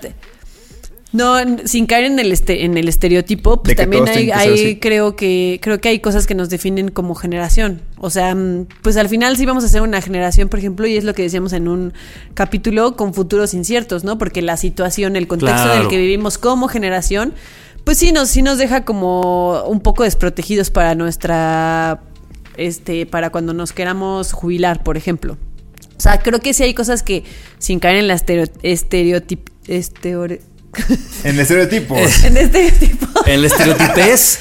no, sin caer en el este, en el estereotipo, pues también hay, hay creo que creo que hay cosas que nos definen como generación. O sea, pues al final sí vamos a ser una generación, por ejemplo, y es lo que decíamos en un capítulo, con futuros inciertos, ¿no? Porque la situación, el contexto claro. en el que vivimos como generación, pues sí nos, sí nos deja como un poco desprotegidos para nuestra, este, para cuando nos queramos jubilar, por ejemplo. O sea, creo que sí hay cosas que, sin caer en la estereo, estereotip, estereo, en estereotipos. en estereotipos. En el estereotipés.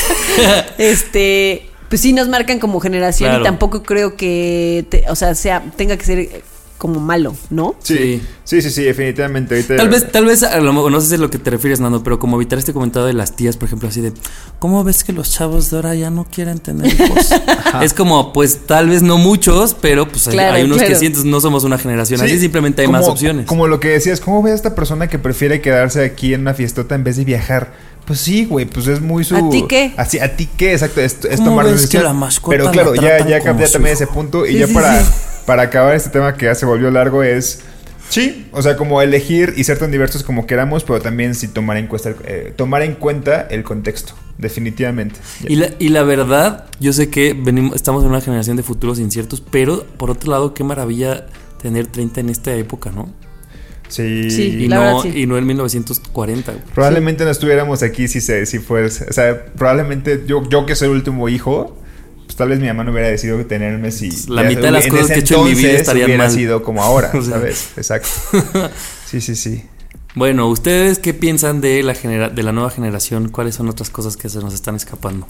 este, pues sí nos marcan como generación claro. y tampoco creo que, te, o sea, sea, tenga que ser como malo, ¿no? Sí, sí, sí, sí, definitivamente. Ahorita... Tal vez, tal vez, no sé si es lo que te refieres, Nando, pero como evitar este comentario de las tías, por ejemplo, así de, ¿cómo ves que los chavos de ahora ya no quieren tener hijos? Es como, pues, tal vez no muchos, pero pues claro, hay, hay unos claro. que sí, entonces no somos una generación, sí, así simplemente hay como, más opciones. Como lo que decías, ¿cómo ves a esta persona que prefiere quedarse aquí en una fiestota en vez de viajar? Pues sí, güey, pues es muy su... ¿A ti qué? Así, ¿a ti qué? Exacto, es, es ¿Cómo tomar ves que la mascota Pero claro, la ya, ya cambié también ese punto. Y sí, ya sí, para, sí. para acabar este tema que ya se volvió largo es... Sí, o sea, como elegir y ser tan diversos como queramos, pero también sí tomar en cuenta, eh, tomar en cuenta el contexto, definitivamente. Y la, y la verdad, yo sé que venimos, estamos en una generación de futuros inciertos, pero por otro lado, qué maravilla tener treinta en esta época, ¿no? Sí, sí y, la no, verdad, sí. y no en mil novecientos cuarenta. Güey. Probablemente sí. no estuviéramos aquí si se, si fuese, o sea, probablemente yo, yo que soy el último hijo, pues tal vez mi mamá no hubiera decidido tenerme si la mitad de las cosas que he hecho en mi vida estarían hubiera mal. sido como ahora, o sea. ¿sabes? Exacto. Sí, sí, sí. Bueno, ¿ustedes qué piensan de la genera- de la nueva generación? ¿Cuáles son otras cosas que se nos están escapando?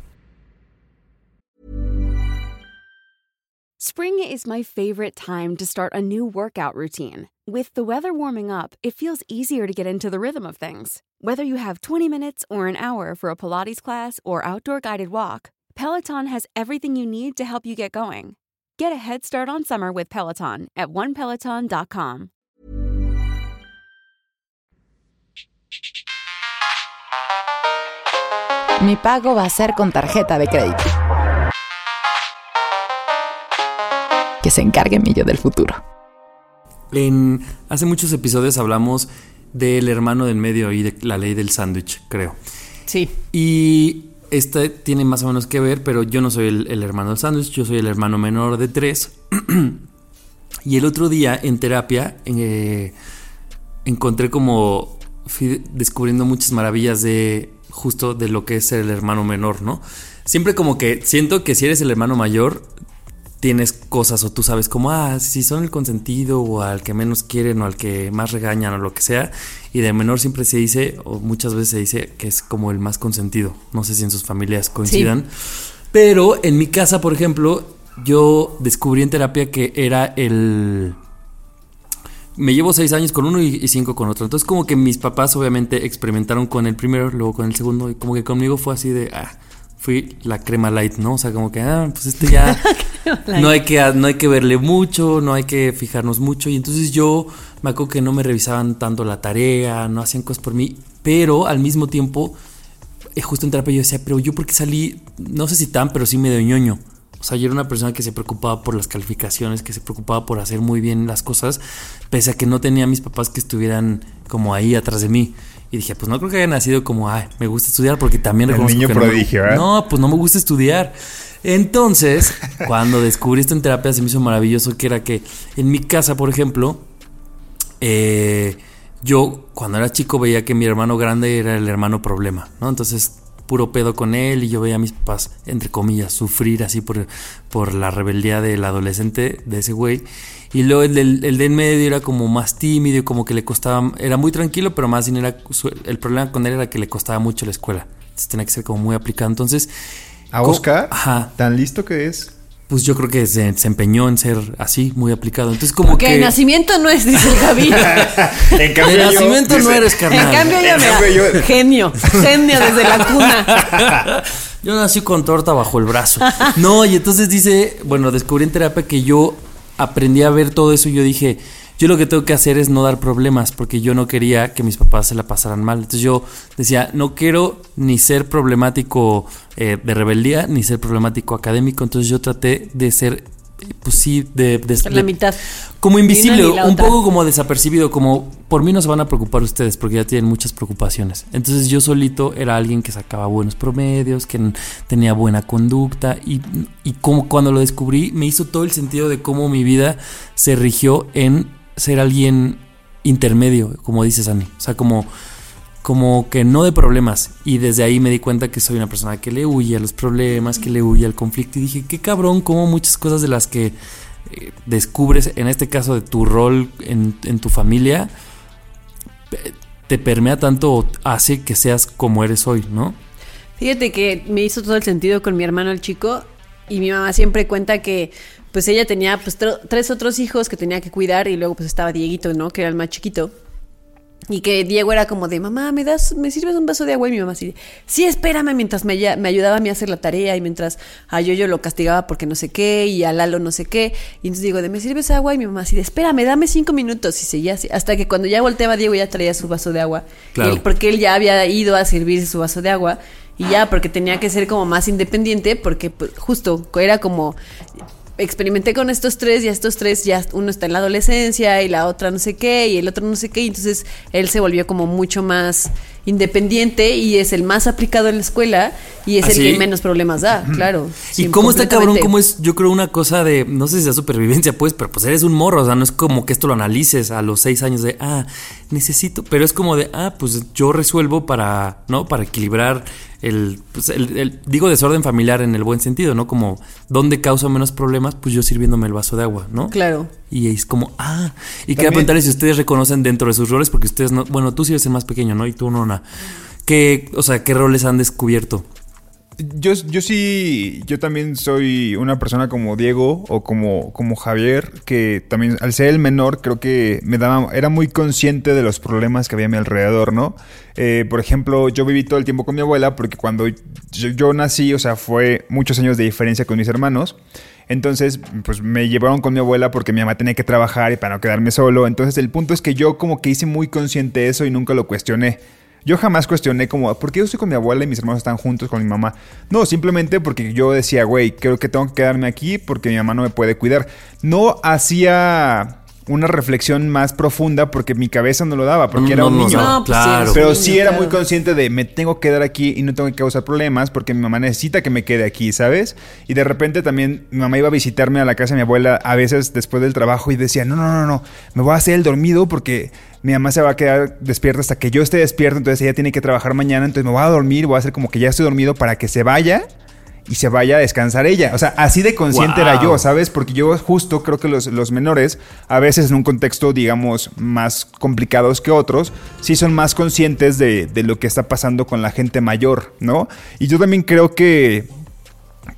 Spring is my favorite time to start a new workout routine. With the weather warming up, it feels easier to get into the rhythm of things. Whether you have twenty minutes or an hour for a Pilates class or outdoor guided walk, Peloton has everything you need to help you get going. Get a head start on summer with Peloton at one peloton dot com. Mi pago va a ser con tarjeta de crédito. Que se encargue mi yo del futuro. En hace muchos episodios hablamos del hermano del medio y de la ley del sándwich, creo. Sí. Y este tiene más o menos que ver, pero yo no soy el, el hermano del sándwich, yo soy el hermano menor de tres. Y el otro día en terapia eh, encontré como fui descubriendo muchas maravillas de justo de lo que es ser el hermano menor, ¿no? Siempre como que siento que si eres el hermano mayor tienes cosas o tú sabes como, ah, si son el consentido o al que menos quieren o al que más regañan o lo que sea. Y de menor siempre se dice, o muchas veces se dice que es como el más consentido. No sé si en sus familias coincidan. Sí. Pero en mi casa, por ejemplo, yo descubrí en terapia que era el... me llevo seis años con uno y, y cinco con otro. Entonces como que mis papás obviamente experimentaron con el primero, luego con el segundo, y como que conmigo fue así de, ah, fui la crema light, ¿no? O sea, como que, ah, pues este ya no hay que no hay que verle mucho, no hay que fijarnos mucho. Y entonces yo me acuerdo que no me revisaban tanto la tarea, no hacían cosas por mí, pero al mismo tiempo, eh, justo en terapia yo decía, pero yo porque salí, no sé si tan, pero sí medio ñoño. O sea, yo era una persona que se preocupaba por las calificaciones, que se preocupaba por hacer muy bien las cosas, pese a que no tenía a mis papás que estuvieran como ahí atrás de mí. Y dije, pues no creo que haya nacido como, ay, me gusta estudiar, porque también el reconozco niño que prodigio, no, ¿eh? no, pues no me gusta estudiar. Entonces, cuando descubrí esto en terapia, se me hizo maravilloso, que era que en mi casa, por ejemplo, eh, yo cuando era chico veía que mi hermano grande era el hermano problema, ¿no? Entonces, puro pedo con él, y yo veía a mis papás, entre comillas, sufrir así por, por la rebeldía del adolescente de ese güey. Y luego el del, el de en medio era como más tímido y como que le costaba, era muy tranquilo, pero más bien era, el problema con él era que le costaba mucho la escuela. Entonces tenía que ser como muy aplicado. Entonces, ¿a Oscar? Ajá. ¿Tan listo que es? Pues yo creo que se, se empeñó en ser así, muy aplicado. Entonces como Porque que... de nacimiento no es, dice el Javi. En cambio, de yo, nacimiento dice, no eres carnal. En cambio yo, En mira, cambio yo- genio, genio desde la cuna. Yo nací con torta bajo el brazo. No, y entonces dice, bueno, descubrí en terapia que yo aprendí a ver todo eso y yo dije, yo lo que tengo que hacer es no dar problemas, porque yo no quería que mis papás se la pasaran mal. Entonces yo decía, no quiero ni ser problemático eh, de rebeldía, ni ser problemático académico. Entonces yo traté de ser, pues sí, de... de La de- mitad. como invisible, Ni una ni la un otra. poco como desapercibido, como por mí no se van a preocupar ustedes porque ya tienen muchas preocupaciones. Entonces yo solito era alguien que sacaba buenos promedios, que n- tenía buena conducta y, y como cuando lo descubrí me hizo todo el sentido de cómo mi vida se rigió en ser alguien intermedio, como dices, Ani. O sea, como, como que no de problemas. Y desde ahí me di cuenta que soy una persona que le huye a los problemas, que le huye al conflicto. Y dije, qué cabrón, como muchas cosas de las que eh, descubres, en este caso de tu rol en, en tu familia, eh, te permea tanto o hace que seas como eres hoy, ¿no? Fíjate que me hizo todo el sentido con mi hermano el chico, y mi mamá siempre cuenta que pues ella tenía pues tr- tres otros hijos que tenía que cuidar, y luego pues estaba Dieguito, ¿no? Que era el más chiquito. Y que Diego era como de, mamá, ¿me das, me sirves un vaso de agua? Y mi mamá así de, sí, espérame, mientras me, ya- me ayudaba a mí a hacer la tarea, y mientras a Yoyo lo castigaba porque no sé qué, y a Lalo no sé qué. Y entonces digo, de, ¿me sirves agua? Y mi mamá así de, espérame, dame cinco minutos. Y seguía así, hasta que cuando ya volteaba Diego ya traía su vaso de agua. Claro. Y él- porque él ya había ido a servirse su vaso de agua. Y ya, porque tenía que ser como más independiente, porque pues, justo era como... Experimenté con estos tres, y a estos tres ya uno está en la adolescencia y la otra no sé qué y el otro no sé qué, y entonces él se volvió como mucho más independiente y es el más aplicado en la escuela y es ¿Ah, el sí? que menos problemas da, claro. Y Sí, cómo está cabrón, completamente. cómo es, yo creo, una cosa de, no sé si sea supervivencia, pues, pero pues eres un morro, o sea, no es como que esto lo analices a los seis años de, ah, necesito, pero es como de, ah, pues yo resuelvo para, ¿no? Para equilibrar el, pues, el, el- digo, desorden familiar en el buen sentido, ¿no? Como, ¿dónde causa menos problemas? Pues yo sirviéndome el vaso de agua, ¿no? Claro. Y es como, ah, y quería También- preguntarles si ustedes reconocen dentro de sus roles, porque ustedes no, bueno, tú sí eres el más pequeño, ¿no? Y tú, Nona. ¿Qué, o sea, qué roles han descubierto? Yo, yo sí, yo también soy una persona como Diego o como, como Javier, que también al ser el menor creo que me daba, era muy consciente de los problemas que había a mi alrededor, ¿no? Eh, por ejemplo, yo viví todo el tiempo con mi abuela porque cuando yo, yo nací, o sea, fue muchos años de diferencia con mis hermanos. Entonces, pues me llevaron con mi abuela porque mi mamá tenía que trabajar y para no quedarme solo. Entonces, el punto es que yo como que hice muy consciente eso y nunca lo cuestioné. Yo jamás cuestioné como, ¿por qué yo estoy con mi abuela y mis hermanos están juntos con mi mamá? No, simplemente porque yo decía, güey, creo que tengo que quedarme aquí porque mi mamá no me puede cuidar. No hacía una reflexión más profunda porque mi cabeza no lo daba, porque era No, un no, niño. no, pues sí, claro. eres Pero un sí niño, era claro. muy consciente de me tengo que quedar aquí y no tengo que causar problemas porque mi mamá necesita que me quede aquí, ¿sabes? Y de repente también mi mamá iba a visitarme a la casa de mi abuela a veces después del trabajo y decía, no, no, no, no, me voy a hacer el dormido porque mi mamá se va a quedar despierta hasta que yo esté despierto, entonces ella tiene que trabajar mañana, entonces me voy a dormir, voy a hacer como que ya estoy dormido para que se vaya y se vaya a descansar ella. O sea, así de consciente Wow. era yo, ¿sabes? Porque yo justo creo que los, los menores, a veces en un contexto, digamos, más complicados que otros, sí son más conscientes de, de lo que está pasando con la gente mayor, ¿no? Y yo también creo que...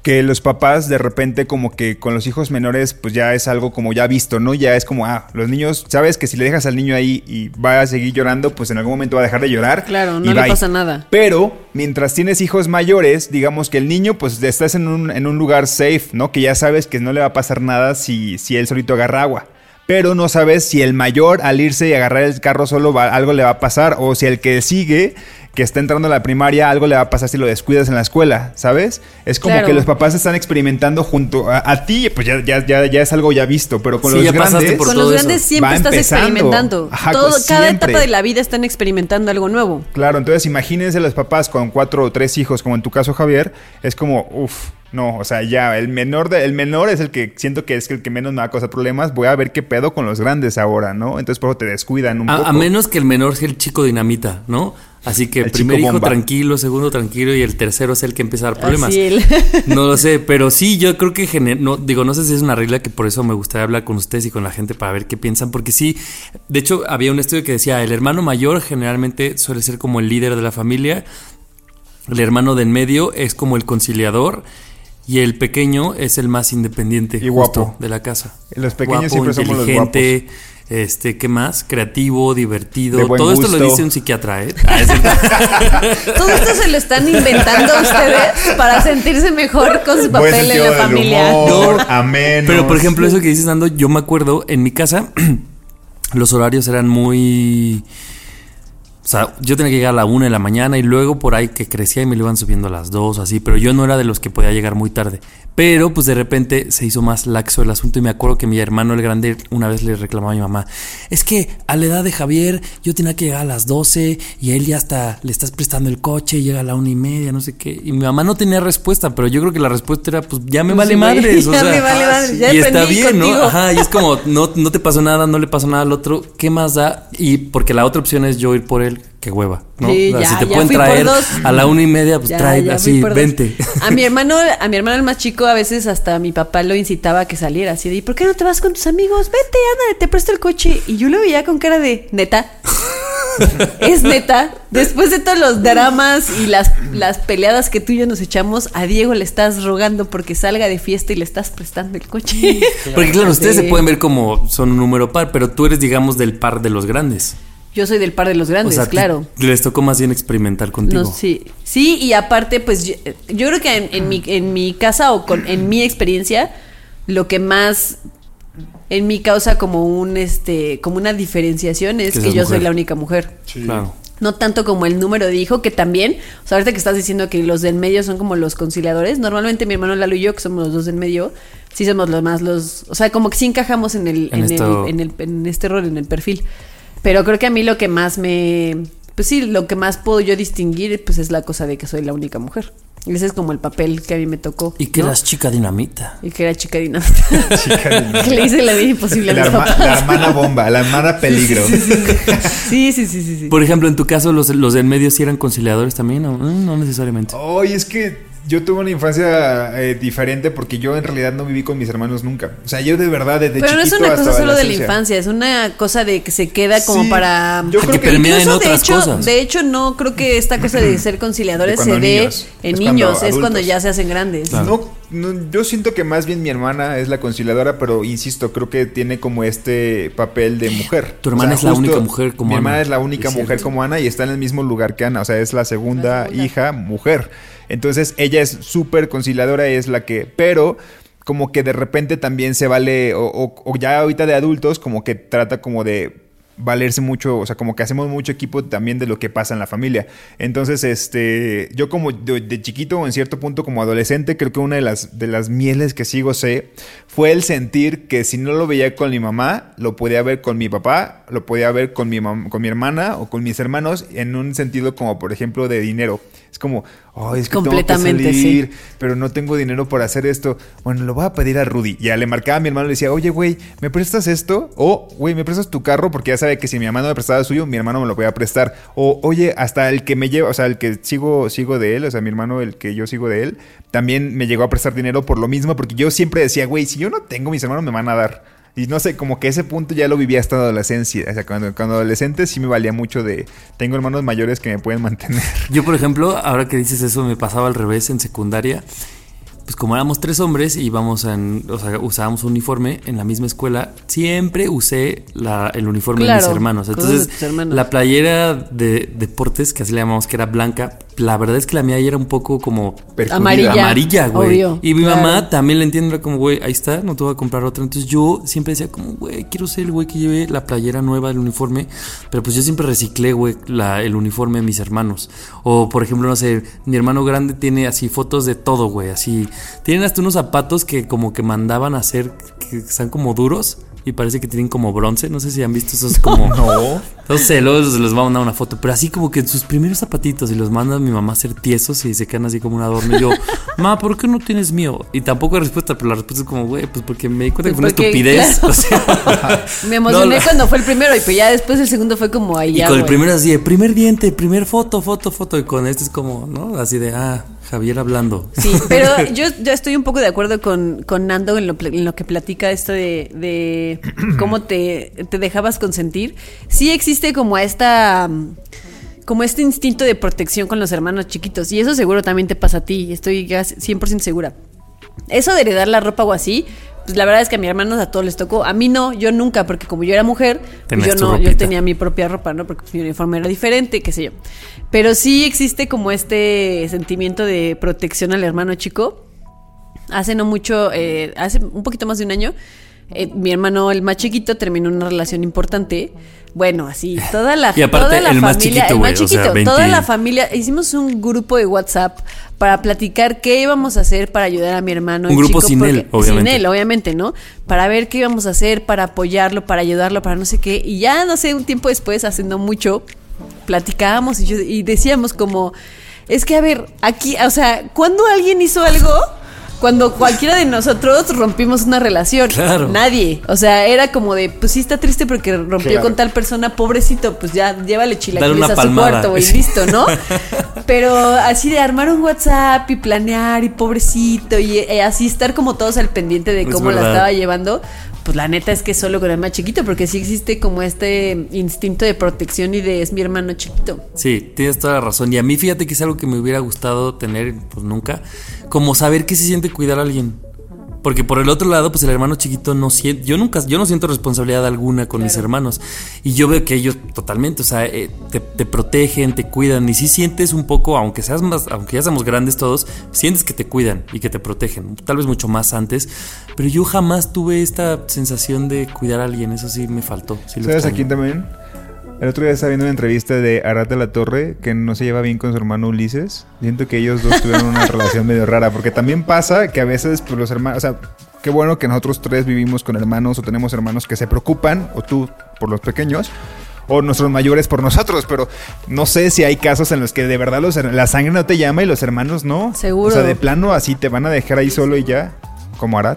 que los papás de repente como que con los hijos menores pues ya es algo como ya visto, ¿no? Ya es como, ah, los niños, sabes que si le dejas al niño ahí y va a seguir llorando, pues en algún momento va a dejar de llorar. Claro, no le bye. pasa nada. Pero mientras tienes hijos mayores, digamos que el niño pues estás en un, en un lugar safe, ¿no? Que ya sabes que no le va a pasar nada si, si él solito agarra agua. Pero no sabes si el mayor al irse y agarrar el carro solo va, algo le va a pasar, o si el que sigue, que está entrando a la primaria, algo le va a pasar si lo descuidas en la escuela, ¿sabes? Es como claro. que los papás están experimentando junto a, a ti, pues ya, ya, ya, ya es algo ya visto, pero con Sí, los ya pasaste grandes... por Con todo los eso. grandes siempre Va estás empezando. experimentando. Ajá, Todo, pues, cada siempre. etapa de la vida están experimentando algo nuevo. Claro, entonces imagínense los papás con cuatro o tres hijos, como en tu caso, Javier, es como, uff, no, o sea, ya, el menor, de, el menor es el que siento que es el que menos me va a causar problemas, voy a ver qué pedo con los grandes ahora, ¿no? Entonces por eso te descuidan un A, poco. a menos que el menor sea el chico dinamita, ¿no? Así que El el primer chico hijo bomba. tranquilo, segundo tranquilo y el tercero es el que empieza a dar problemas. Así él. No lo sé, pero sí, yo creo que gener- no, digo, no sé si es una regla, que por eso me gustaría hablar con ustedes y con la gente para ver qué piensan, porque sí, de hecho había un estudio que decía, el hermano mayor generalmente suele ser como el líder de la familia, el hermano de en medio es como el conciliador y el pequeño es el más independiente Y guapo. justo de la casa. Los pequeños Guapo, siempre somos los inteligente, este, ¿qué más? Creativo, divertido. De buen Todo esto gusto. lo dice un psiquiatra, ¿eh? Ah, es cierto. Todo esto se lo están inventando ustedes para sentirse mejor con su Buen papel en sentido la del familia. humor, No, ameno. Pero por ejemplo, eso que dices, Nando, yo me acuerdo en mi casa, los horarios eran muy... O sea, yo tenía que llegar a la una de la mañana y luego por ahí que crecía y me lo iban subiendo a las dos, así, pero yo no era de los que podía llegar muy tarde. Pero pues de repente se hizo más laxo el asunto y me acuerdo que mi hermano el grande una vez le reclamaba a mi mamá, es que a la edad de Javier yo tenía que llegar a las doce y a él ya hasta le estás prestando el coche y llega a la una y media, no sé qué. Y mi mamá no tenía respuesta, pero yo creo que la respuesta era, pues ya me Pues, vale sí, güey, madres. O ya sea, me vale madres, ya y está aprendí bien, contigo. ¿no? Ajá, y es como, no, no te pasó nada, no le pasó nada al otro, ¿qué más da? Y porque la otra opción es yo ir por él, qué hueva, ¿no? Sí, O sea, ya, si te ya pueden fui por traer dos. a la una y media, pues Ya, trae ya así, fui por dos. vente. A mi hermano, a mi hermano el más chico, a veces hasta mi papá lo incitaba a que saliera así de, ¿y por qué no te vas con tus amigos? Vete, ándale, te presto el coche. Y yo lo veía con cara de, ¿neta? Es neta. Después de todos los dramas y las, las peleadas que tú y yo nos echamos, a Diego le estás rogando porque salga de fiesta y le estás prestando el coche. Porque claro, ustedes Sí. se pueden ver como son un número par, pero tú eres, digamos, del par de los grandes. Yo soy del par de los grandes, O sea, claro. ti- les tocó más bien experimentar contigo. No, sí, sí, y aparte, pues yo, yo creo que en, en mi, en mi casa o con, en mi experiencia, lo que más en mí causa como un este, como una diferenciación es Que que, seas yo mujer. soy la única mujer. Claro. No tanto como el número de hijo, que también, o sea, ahorita que estás diciendo que los del medio son como los conciliadores, normalmente mi hermano Lalo y yo, que somos los dos del medio, sí somos los más los, o sea, como que sí encajamos en el, En en, esto- el, en, el, en este rol, en el perfil. Pero creo que a mí lo que más me, pues sí, lo que más puedo yo distinguir, pues es la cosa de que soy la única mujer. Ese es como el papel que a mí me tocó. Y que ¿no? eras chica dinamita. Y que era chica dinamita. Chica dinamita. Que le hice la vida imposible a La, mis herma- papás. la hermana bomba, la hermana peligro. Sí, sí, sí, sí, sí. Por ejemplo, en tu caso, los, los del medio sí eran conciliadores también, ¿o? Mm, no necesariamente. Oye, es que yo tuve una infancia eh, diferente porque yo en realidad no viví con mis hermanos nunca. O sea, yo de verdad desde Pero no es chiquito una hasta cosa solo de la adolescencia. infancia, es una cosa de que se queda como Sí, para... yo Ah, creo que que permea en Incluso, de otras hecho, cosas. de hecho, no creo que esta cosa de ser conciliadores De se cuando dé niños. en Es cuando niños, es adultos. cuando ya se hacen grandes. No, no, yo siento que más bien mi hermana es la conciliadora, pero insisto, creo que tiene como este papel de mujer. Tu hermana es la única mujer como Mi Ana. hermana es la única Es mujer cierto. como Ana y está en el mismo lugar que Ana, o sea, es la segunda, La segunda. hija mujer. Entonces, ella es súper conciliadora, es la que, pero como que de repente también se vale, o, o, o ya ahorita de adultos, como que trata como de valerse mucho, o sea, como que hacemos mucho equipo también de lo que pasa en la familia. Entonces, este, yo como de, de chiquito o en cierto punto como adolescente, creo que una de las, de las mieles que sigo sé fue el sentir que si no lo veía con mi mamá, lo podía ver con mi papá, lo podía ver con mi, mam- con mi hermana o con mis hermanos en un sentido como, por ejemplo, de dinero. Es como, oh, es que Completamente, tengo que salir, sí. pero no tengo dinero para hacer esto. Bueno, lo voy a pedir a Rudy. Ya le marcaba a mi hermano y le decía, oye, güey, ¿me prestas esto? O, güey, ¿me prestas tu carro? Porque ya sabe que si mi mamá no me prestaba el suyo, mi hermano me lo podía prestar. O, oye, hasta el que me lleva, o sea, el que sigo, sigo de él, o sea, mi hermano, el que yo sigo de él, también me llegó a prestar dinero por lo mismo, porque yo siempre decía, güey, si yo no tengo, mis hermanos me van a dar. Y no sé, como que ese punto ya lo vivía hasta la adolescencia. O sea, cuando, cuando adolescente sí me valía mucho de... Tengo hermanos mayores que me pueden mantener. Yo, por ejemplo, ahora que dices eso, me pasaba al revés en secundaria. pues como éramos tres hombres y íbamos en, o sea, usábamos un uniforme en la misma escuela, siempre usé la, el uniforme Claro, de mis hermanos. Entonces, de tus hermanos. la playera de deportes, que así le llamamos, que era blanca, la verdad es que la mía ya era un poco como Perjudida. Amarilla. amarilla, güey. Obvio, Y mi claro. mamá también le entiende, era como, güey, ahí está, no te voy a comprar otra. Entonces yo siempre decía como, güey, quiero ser el güey que lleve la playera nueva del uniforme. Pero pues yo siempre reciclé, güey, la, el uniforme de mis hermanos. O por ejemplo, no sé, mi hermano grande tiene así fotos de todo, güey, así. Tienen hasta unos zapatos que como que mandaban a hacer, que están como duros. Y parece que tienen como bronce. No sé si han visto esos como... No. Entonces luego les va a mandar una foto. Pero así como que en sus primeros zapatitos. Y los manda a mi mamá a hacer tiesos. Y se quedan así como un adorno. Y yo, ma, ¿por qué no tienes mío? Y tampoco hay respuesta. Pero la respuesta es como, güey, pues porque me di cuenta que fue una Porque, estupidez. claro. O sea, Me emocioné no, la- cuando fue el primero y pues ya después el segundo fue como ahí y ya, con el güey. primero así de primer diente, primer foto, foto, foto. Y con este es como, ¿no? Así de, ah, Javier hablando. Sí, pero yo, yo estoy un poco de acuerdo con, con Nando en lo, pl- en lo que platica esto de, de cómo te, te dejabas consentir. Sí existe como esta... como este instinto de protección con los hermanos chiquitos. Y eso seguro también te pasa a ti. Estoy ya cien por ciento segura. Eso de heredar la ropa o así, pues la verdad es que a mis hermanos a todos les tocó. A mí no, yo nunca, porque como yo era mujer, pues Tenías yo tu no, ropita. yo tenía mi propia ropa, ¿no? Porque mi uniforme era diferente, qué sé yo. Pero sí existe como este sentimiento de protección al hermano chico. Hace no mucho, eh, hace un poquito más de un año, eh, mi hermano, el más chiquito, terminó una relación importante. Bueno, así, toda la, Y aparte, toda la el más familia, chiquito, el más güey, o sea, chiquito, veinte toda la familia, hicimos un grupo de WhatsApp para platicar qué íbamos a hacer para ayudar a mi hermano. Un el grupo chico, sin porque- él, obviamente. Sin él, obviamente, ¿no? Para ver qué íbamos a hacer, para apoyarlo, para ayudarlo, para no sé qué. Y ya, no sé, un tiempo después, haciendo mucho, platicábamos y, yo, y decíamos como, es que a ver, aquí, o sea, ¿cuándo alguien hizo algo? Cuando cualquiera de nosotros rompimos una relación. Claro. Nadie. O sea, era como de, pues sí está triste porque rompió Claro. con tal persona, pobrecito, pues ya llévale Dale chilaquiles una a su palmada. cuarto, güey, listo, ¿no? Pero así de armar un WhatsApp y planear y pobrecito y eh, así estar como todos al pendiente de Es cómo la verdad. estaba llevando, pues la neta es que solo con el más chiquito, porque sí existe como este instinto de protección y de es mi hermano chiquito. Sí, tienes toda la razón. Y a mí fíjate que es algo que me hubiera gustado tener, pues nunca, como saber qué se siente cuidar a alguien. Porque por el otro lado, pues el hermano chiquito no siente, yo nunca, yo no siento responsabilidad alguna con mis hermanos. Y yo veo que ellos totalmente, o sea, eh, te, te protegen, te cuidan. Y sí sientes un poco, aunque seas más, aunque ya seamos grandes todos, sientes que te cuidan y que te protegen. Tal vez mucho más antes. Pero yo jamás tuve esta sensación de cuidar a alguien. Eso sí me faltó. Sí lo ¿Sabes a extraño. quién también? El otro día estaba viendo una entrevista de Arad de la Torre que no se lleva bien con su hermano Ulises. Siento que ellos dos tuvieron una relación medio rara, porque también pasa que a veces pues, los hermanos, o sea, qué bueno que nosotros tres vivimos con hermanos o tenemos hermanos que se preocupan, o tú por los pequeños, o nuestros mayores por nosotros, pero no sé si hay casos en los que de verdad los, la sangre no te llama y los hermanos no. Seguro. O sea, de plano así te van a dejar ahí solo y ya, como Arad.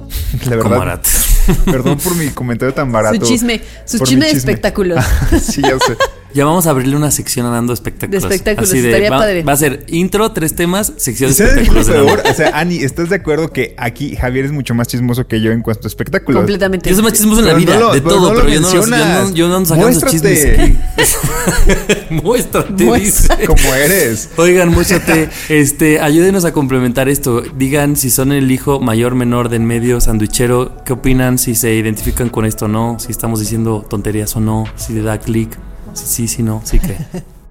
De verdad. Como Arat. Perdón por mi comentario tan barato. Su chisme, su Por chisme mi de espectáculos. Sí, ya sé. Ya vamos a abrirle una sección a Dando Espectáculos. De espectáculos, Así de, estaría va, padre. va a ser intro, tres temas, sección de ¿Y sabes qué es lo espectáculos. de Dando. peor? O sea, Ani, ¿estás de acuerdo que aquí Javier es mucho más chismoso que yo en cuanto a espectáculos? Completamente. Yo soy más chismoso en la Pero vida, no lo- de pero todo, no lo pero yo, no, yo, mencionas. no, yo no ando sacando esos chismes Muéstrate. aquí. Muéstrate, Muestra. dice. Como eres. Oigan, muéstrate. Este, ayúdenos a complementar esto. Digan si son el hijo mayor, menor, de en medio, sandwichero. ¿Qué opinan? Si se identifican con esto o no. Si estamos diciendo tonterías o no. Si le da clic. Si sí, si no. Sí que.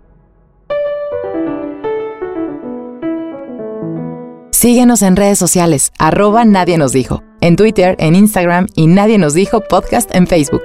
Síguenos en redes sociales, arroba Nadie Nos Dijo, en Twitter, en Instagram y Nadie Nos Dijo Podcast en Facebook.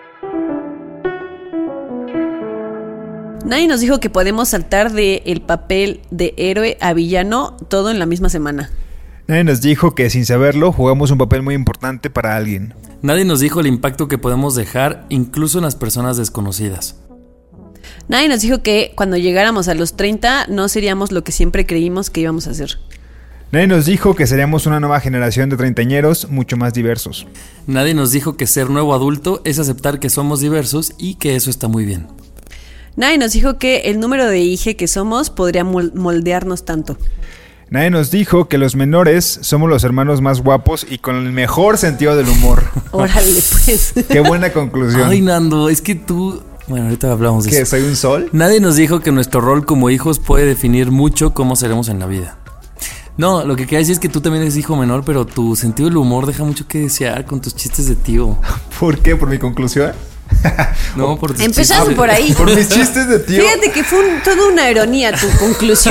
Nadie nos dijo que podemos saltar de el papel de héroe a villano todo en la misma semana. Nadie nos dijo que sin saberlo jugamos un papel muy importante para alguien. Nadie nos dijo el impacto que podemos dejar incluso en las personas desconocidas. Nadie nos dijo que cuando llegáramos a los treinta no seríamos lo que siempre creímos que íbamos a ser. Nadie nos dijo que seríamos una nueva generación de treintañeros mucho más diversos. Nadie nos dijo que ser nuevo adulto es aceptar que somos diversos y que eso está muy bien. Nadie nos dijo que el número de hije que somos podría mol- moldearnos tanto. Nadie nos dijo que los menores somos los hermanos más guapos y con el mejor sentido del humor. Órale, pues. Qué buena conclusión. Ay, Nando, es que tú... Bueno, ahorita hablamos de ¿Qué? eso. ¿Soy un sol? Nadie nos dijo que nuestro rol como hijos puede definir mucho cómo seremos en la vida. No, lo que quería decir es que tú también eres hijo menor, pero tu sentido del humor deja mucho que desear con tus chistes de tío. ¿Por qué? ¿Por mi conclusión? No, por tus Empezamos chistes de- por ahí. Por mis chistes de tío. Fíjate que fue un- toda una ironía tu conclusión.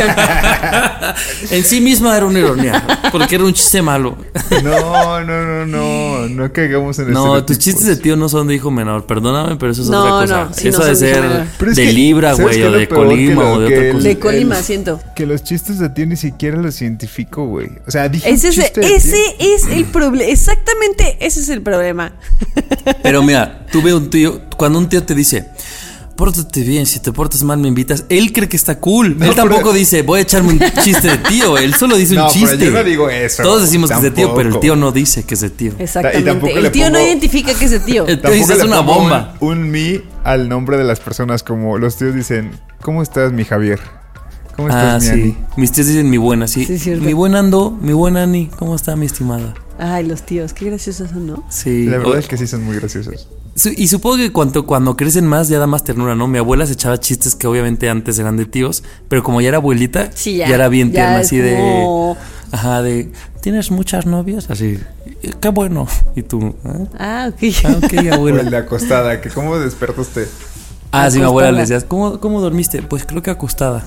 En sí misma era una ironía, porque era un chiste malo. No, no, no, no. No caigamos en No, tus estereotipos. chistes de tío no son de hijo menor, perdóname, pero eso es No, otra cosa. no, sí, eso no ha de son de hijo ser menor. Pero es de que, Libra, ¿sabes güey, qué o es lo de peor? Colima, Que lo- o de que otra el- cosa. De Colima, el- siento. Que los chistes de tío ni siquiera los identifico, güey. O sea, dije Ese, un es, chiste de ese tío. es el problema. Exactamente ese es el problema. Pero mira, tuve un tío, cuando un tío te dice, pórtate bien, si te portas mal me invitas, él cree que está cool. No, él tampoco pero- dice, voy a echarme un chiste de tío. Él solo dice No, un pero chiste. yo no digo eso. Todos decimos que es de tío, pero el Tampoco. tío no dice que es de tío. Exactamente. tampoco El le tío no pongo- identifica que es el tío. El tío dice, Tampoco es le una pongo bomba. Un, un mi al nombre de las personas, como los tíos dicen, ¿cómo estás, mi Javier? ¿Cómo Ah, estás, mi sí. Ani? Mis tíos dicen mi buena, sí. Sí, es cierto. Mi buen Ando, mi buena Ani, ¿cómo está mi estimada? Ay, los tíos, qué graciosos son, ¿no? Sí. La verdad O- es que sí son muy graciosos. Su- Y supongo que cuando, cuando crecen más ya da más ternura, ¿no? Mi abuela se echaba chistes que obviamente antes eran de tíos, pero como ya era abuelita, Sí, ya. era bien Ya tierna, es así de... como- Ajá, de... ¿Tienes muchas novias? Así, qué bueno. Y tú, ¿eh? Ah, ok. Ah, ok, O el abuela. de acostada, que ¿cómo despertaste? Ah, sí, mi abuela le Acostada. decías, ¿cómo, ¿cómo dormiste? Pues creo que acostada.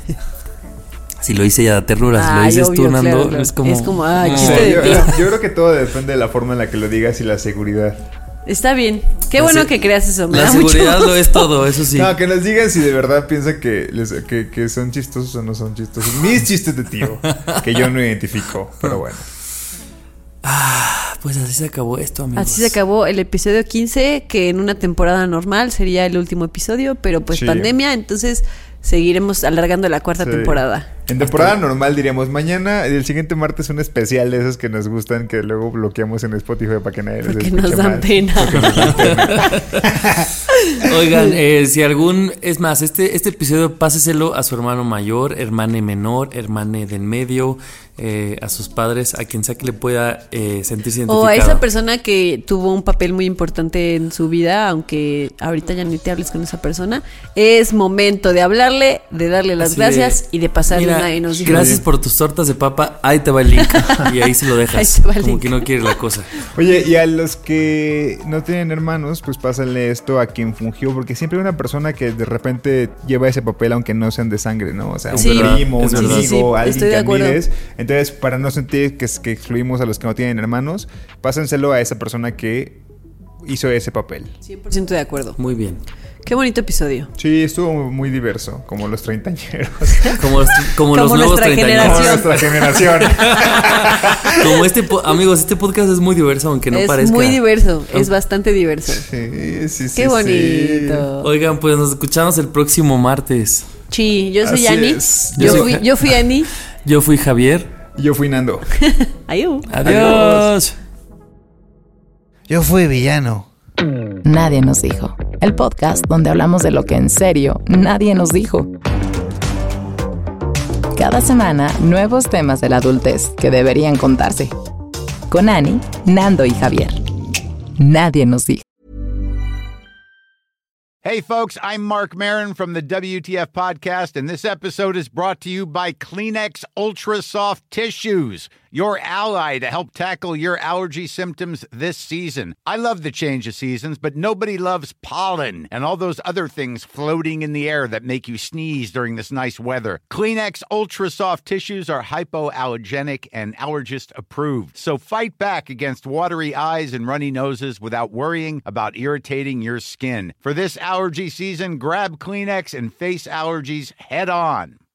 Si lo hice ya da ternura, si lo Ay, dices obvio, tú, Nando, claro, claro. es como... Es como, ay, no. chiste Sí, de yo, tío. yo creo que todo depende de la forma en la que lo digas y la seguridad. Está bien. Qué La bueno se- que creas eso. Me La da mucho seguridad gusto. lo es todo, eso sí. No, que nos digan si de verdad piensan que, les- que, que son chistosos o no son chistosos. Mis chistes de tío, que yo no identifico, pero bueno. Ah, pues así se acabó esto, amigos. Así se acabó el episodio quince, que en una temporada normal sería el último episodio, pero pues Sí. pandemia, entonces seguiremos alargando la cuarta Sí. temporada. En temporada normal diríamos mañana, el siguiente martes un especial de esos que nos gustan, que luego bloqueamos en Spotify para que nadie los Porque escuche nos dan más. pena. Porque nos dan pena. Oigan, eh, si algún... Es más, este, este episodio páseselo a su hermano mayor, hermane menor, hermane del medio, eh, a sus padres, a quien sea que le pueda eh, sentirse identificado. O a esa persona que tuvo un papel muy importante en su vida, aunque ahorita ya ni te hables con esa persona, es momento de hablarle, de darle las Así gracias de, y de pasarle "Mira, una y nos dijo, gracias por tus tortas de papa, ahí te va el link. Y ahí se lo dejas. Ahí te va el como link. que no quiere la cosa. Oye, y a los que no tienen hermanos, pues pásenle esto a quien fungió, porque siempre hay una persona que de repente lleva ese papel aunque no sean de sangre, ¿no? O sea, un Sí, primo, es un verdad. amigo, Sí, sí, sí, alguien estoy de que acuerdo. admires. Entonces, para no sentir que, que excluimos a los que no tienen hermanos, pásenselo a esa persona que hizo ese papel. cien por ciento de acuerdo. Muy bien. Qué bonito episodio. Sí, estuvo muy diverso, como los treintañeros. Como, como, los Como nuevos nuestra treintañeros. Como nuestra generación. Como este, po- amigos, este podcast es muy diverso, aunque no es parezca. muy diverso, es Aunque- bastante diverso. Sí, sí, sí. Qué sí. bonito. Oigan, pues nos escuchamos el próximo martes. Sí, yo soy Así Ani. es. Yo, Yo soy- fui, yo fui Ani. Yo fui Javier. Yo fui Nando. Ayú. Adiós. Yo fui villano. Nadie nos dijo. El podcast donde hablamos de lo que en serio nadie nos dijo. Cada semana, nuevos temas de la adultez que deberían contarse. Con Ani, Nando y Javier. Nadie nos dijo. Hey, folks, I'm Mark Maron from the W T F Podcast, and this episode is brought to you by Kleenex Ultra Soft Tissues, your ally to help tackle your allergy symptoms this season. I love the change of seasons, but nobody loves pollen and all those other things floating in the air that make you sneeze during this nice weather. Kleenex Ultra Soft Tissues are hypoallergenic and allergist approved, so fight back against watery eyes and runny noses without worrying about irritating your skin. For this allergy season, grab Kleenex and face allergies head on.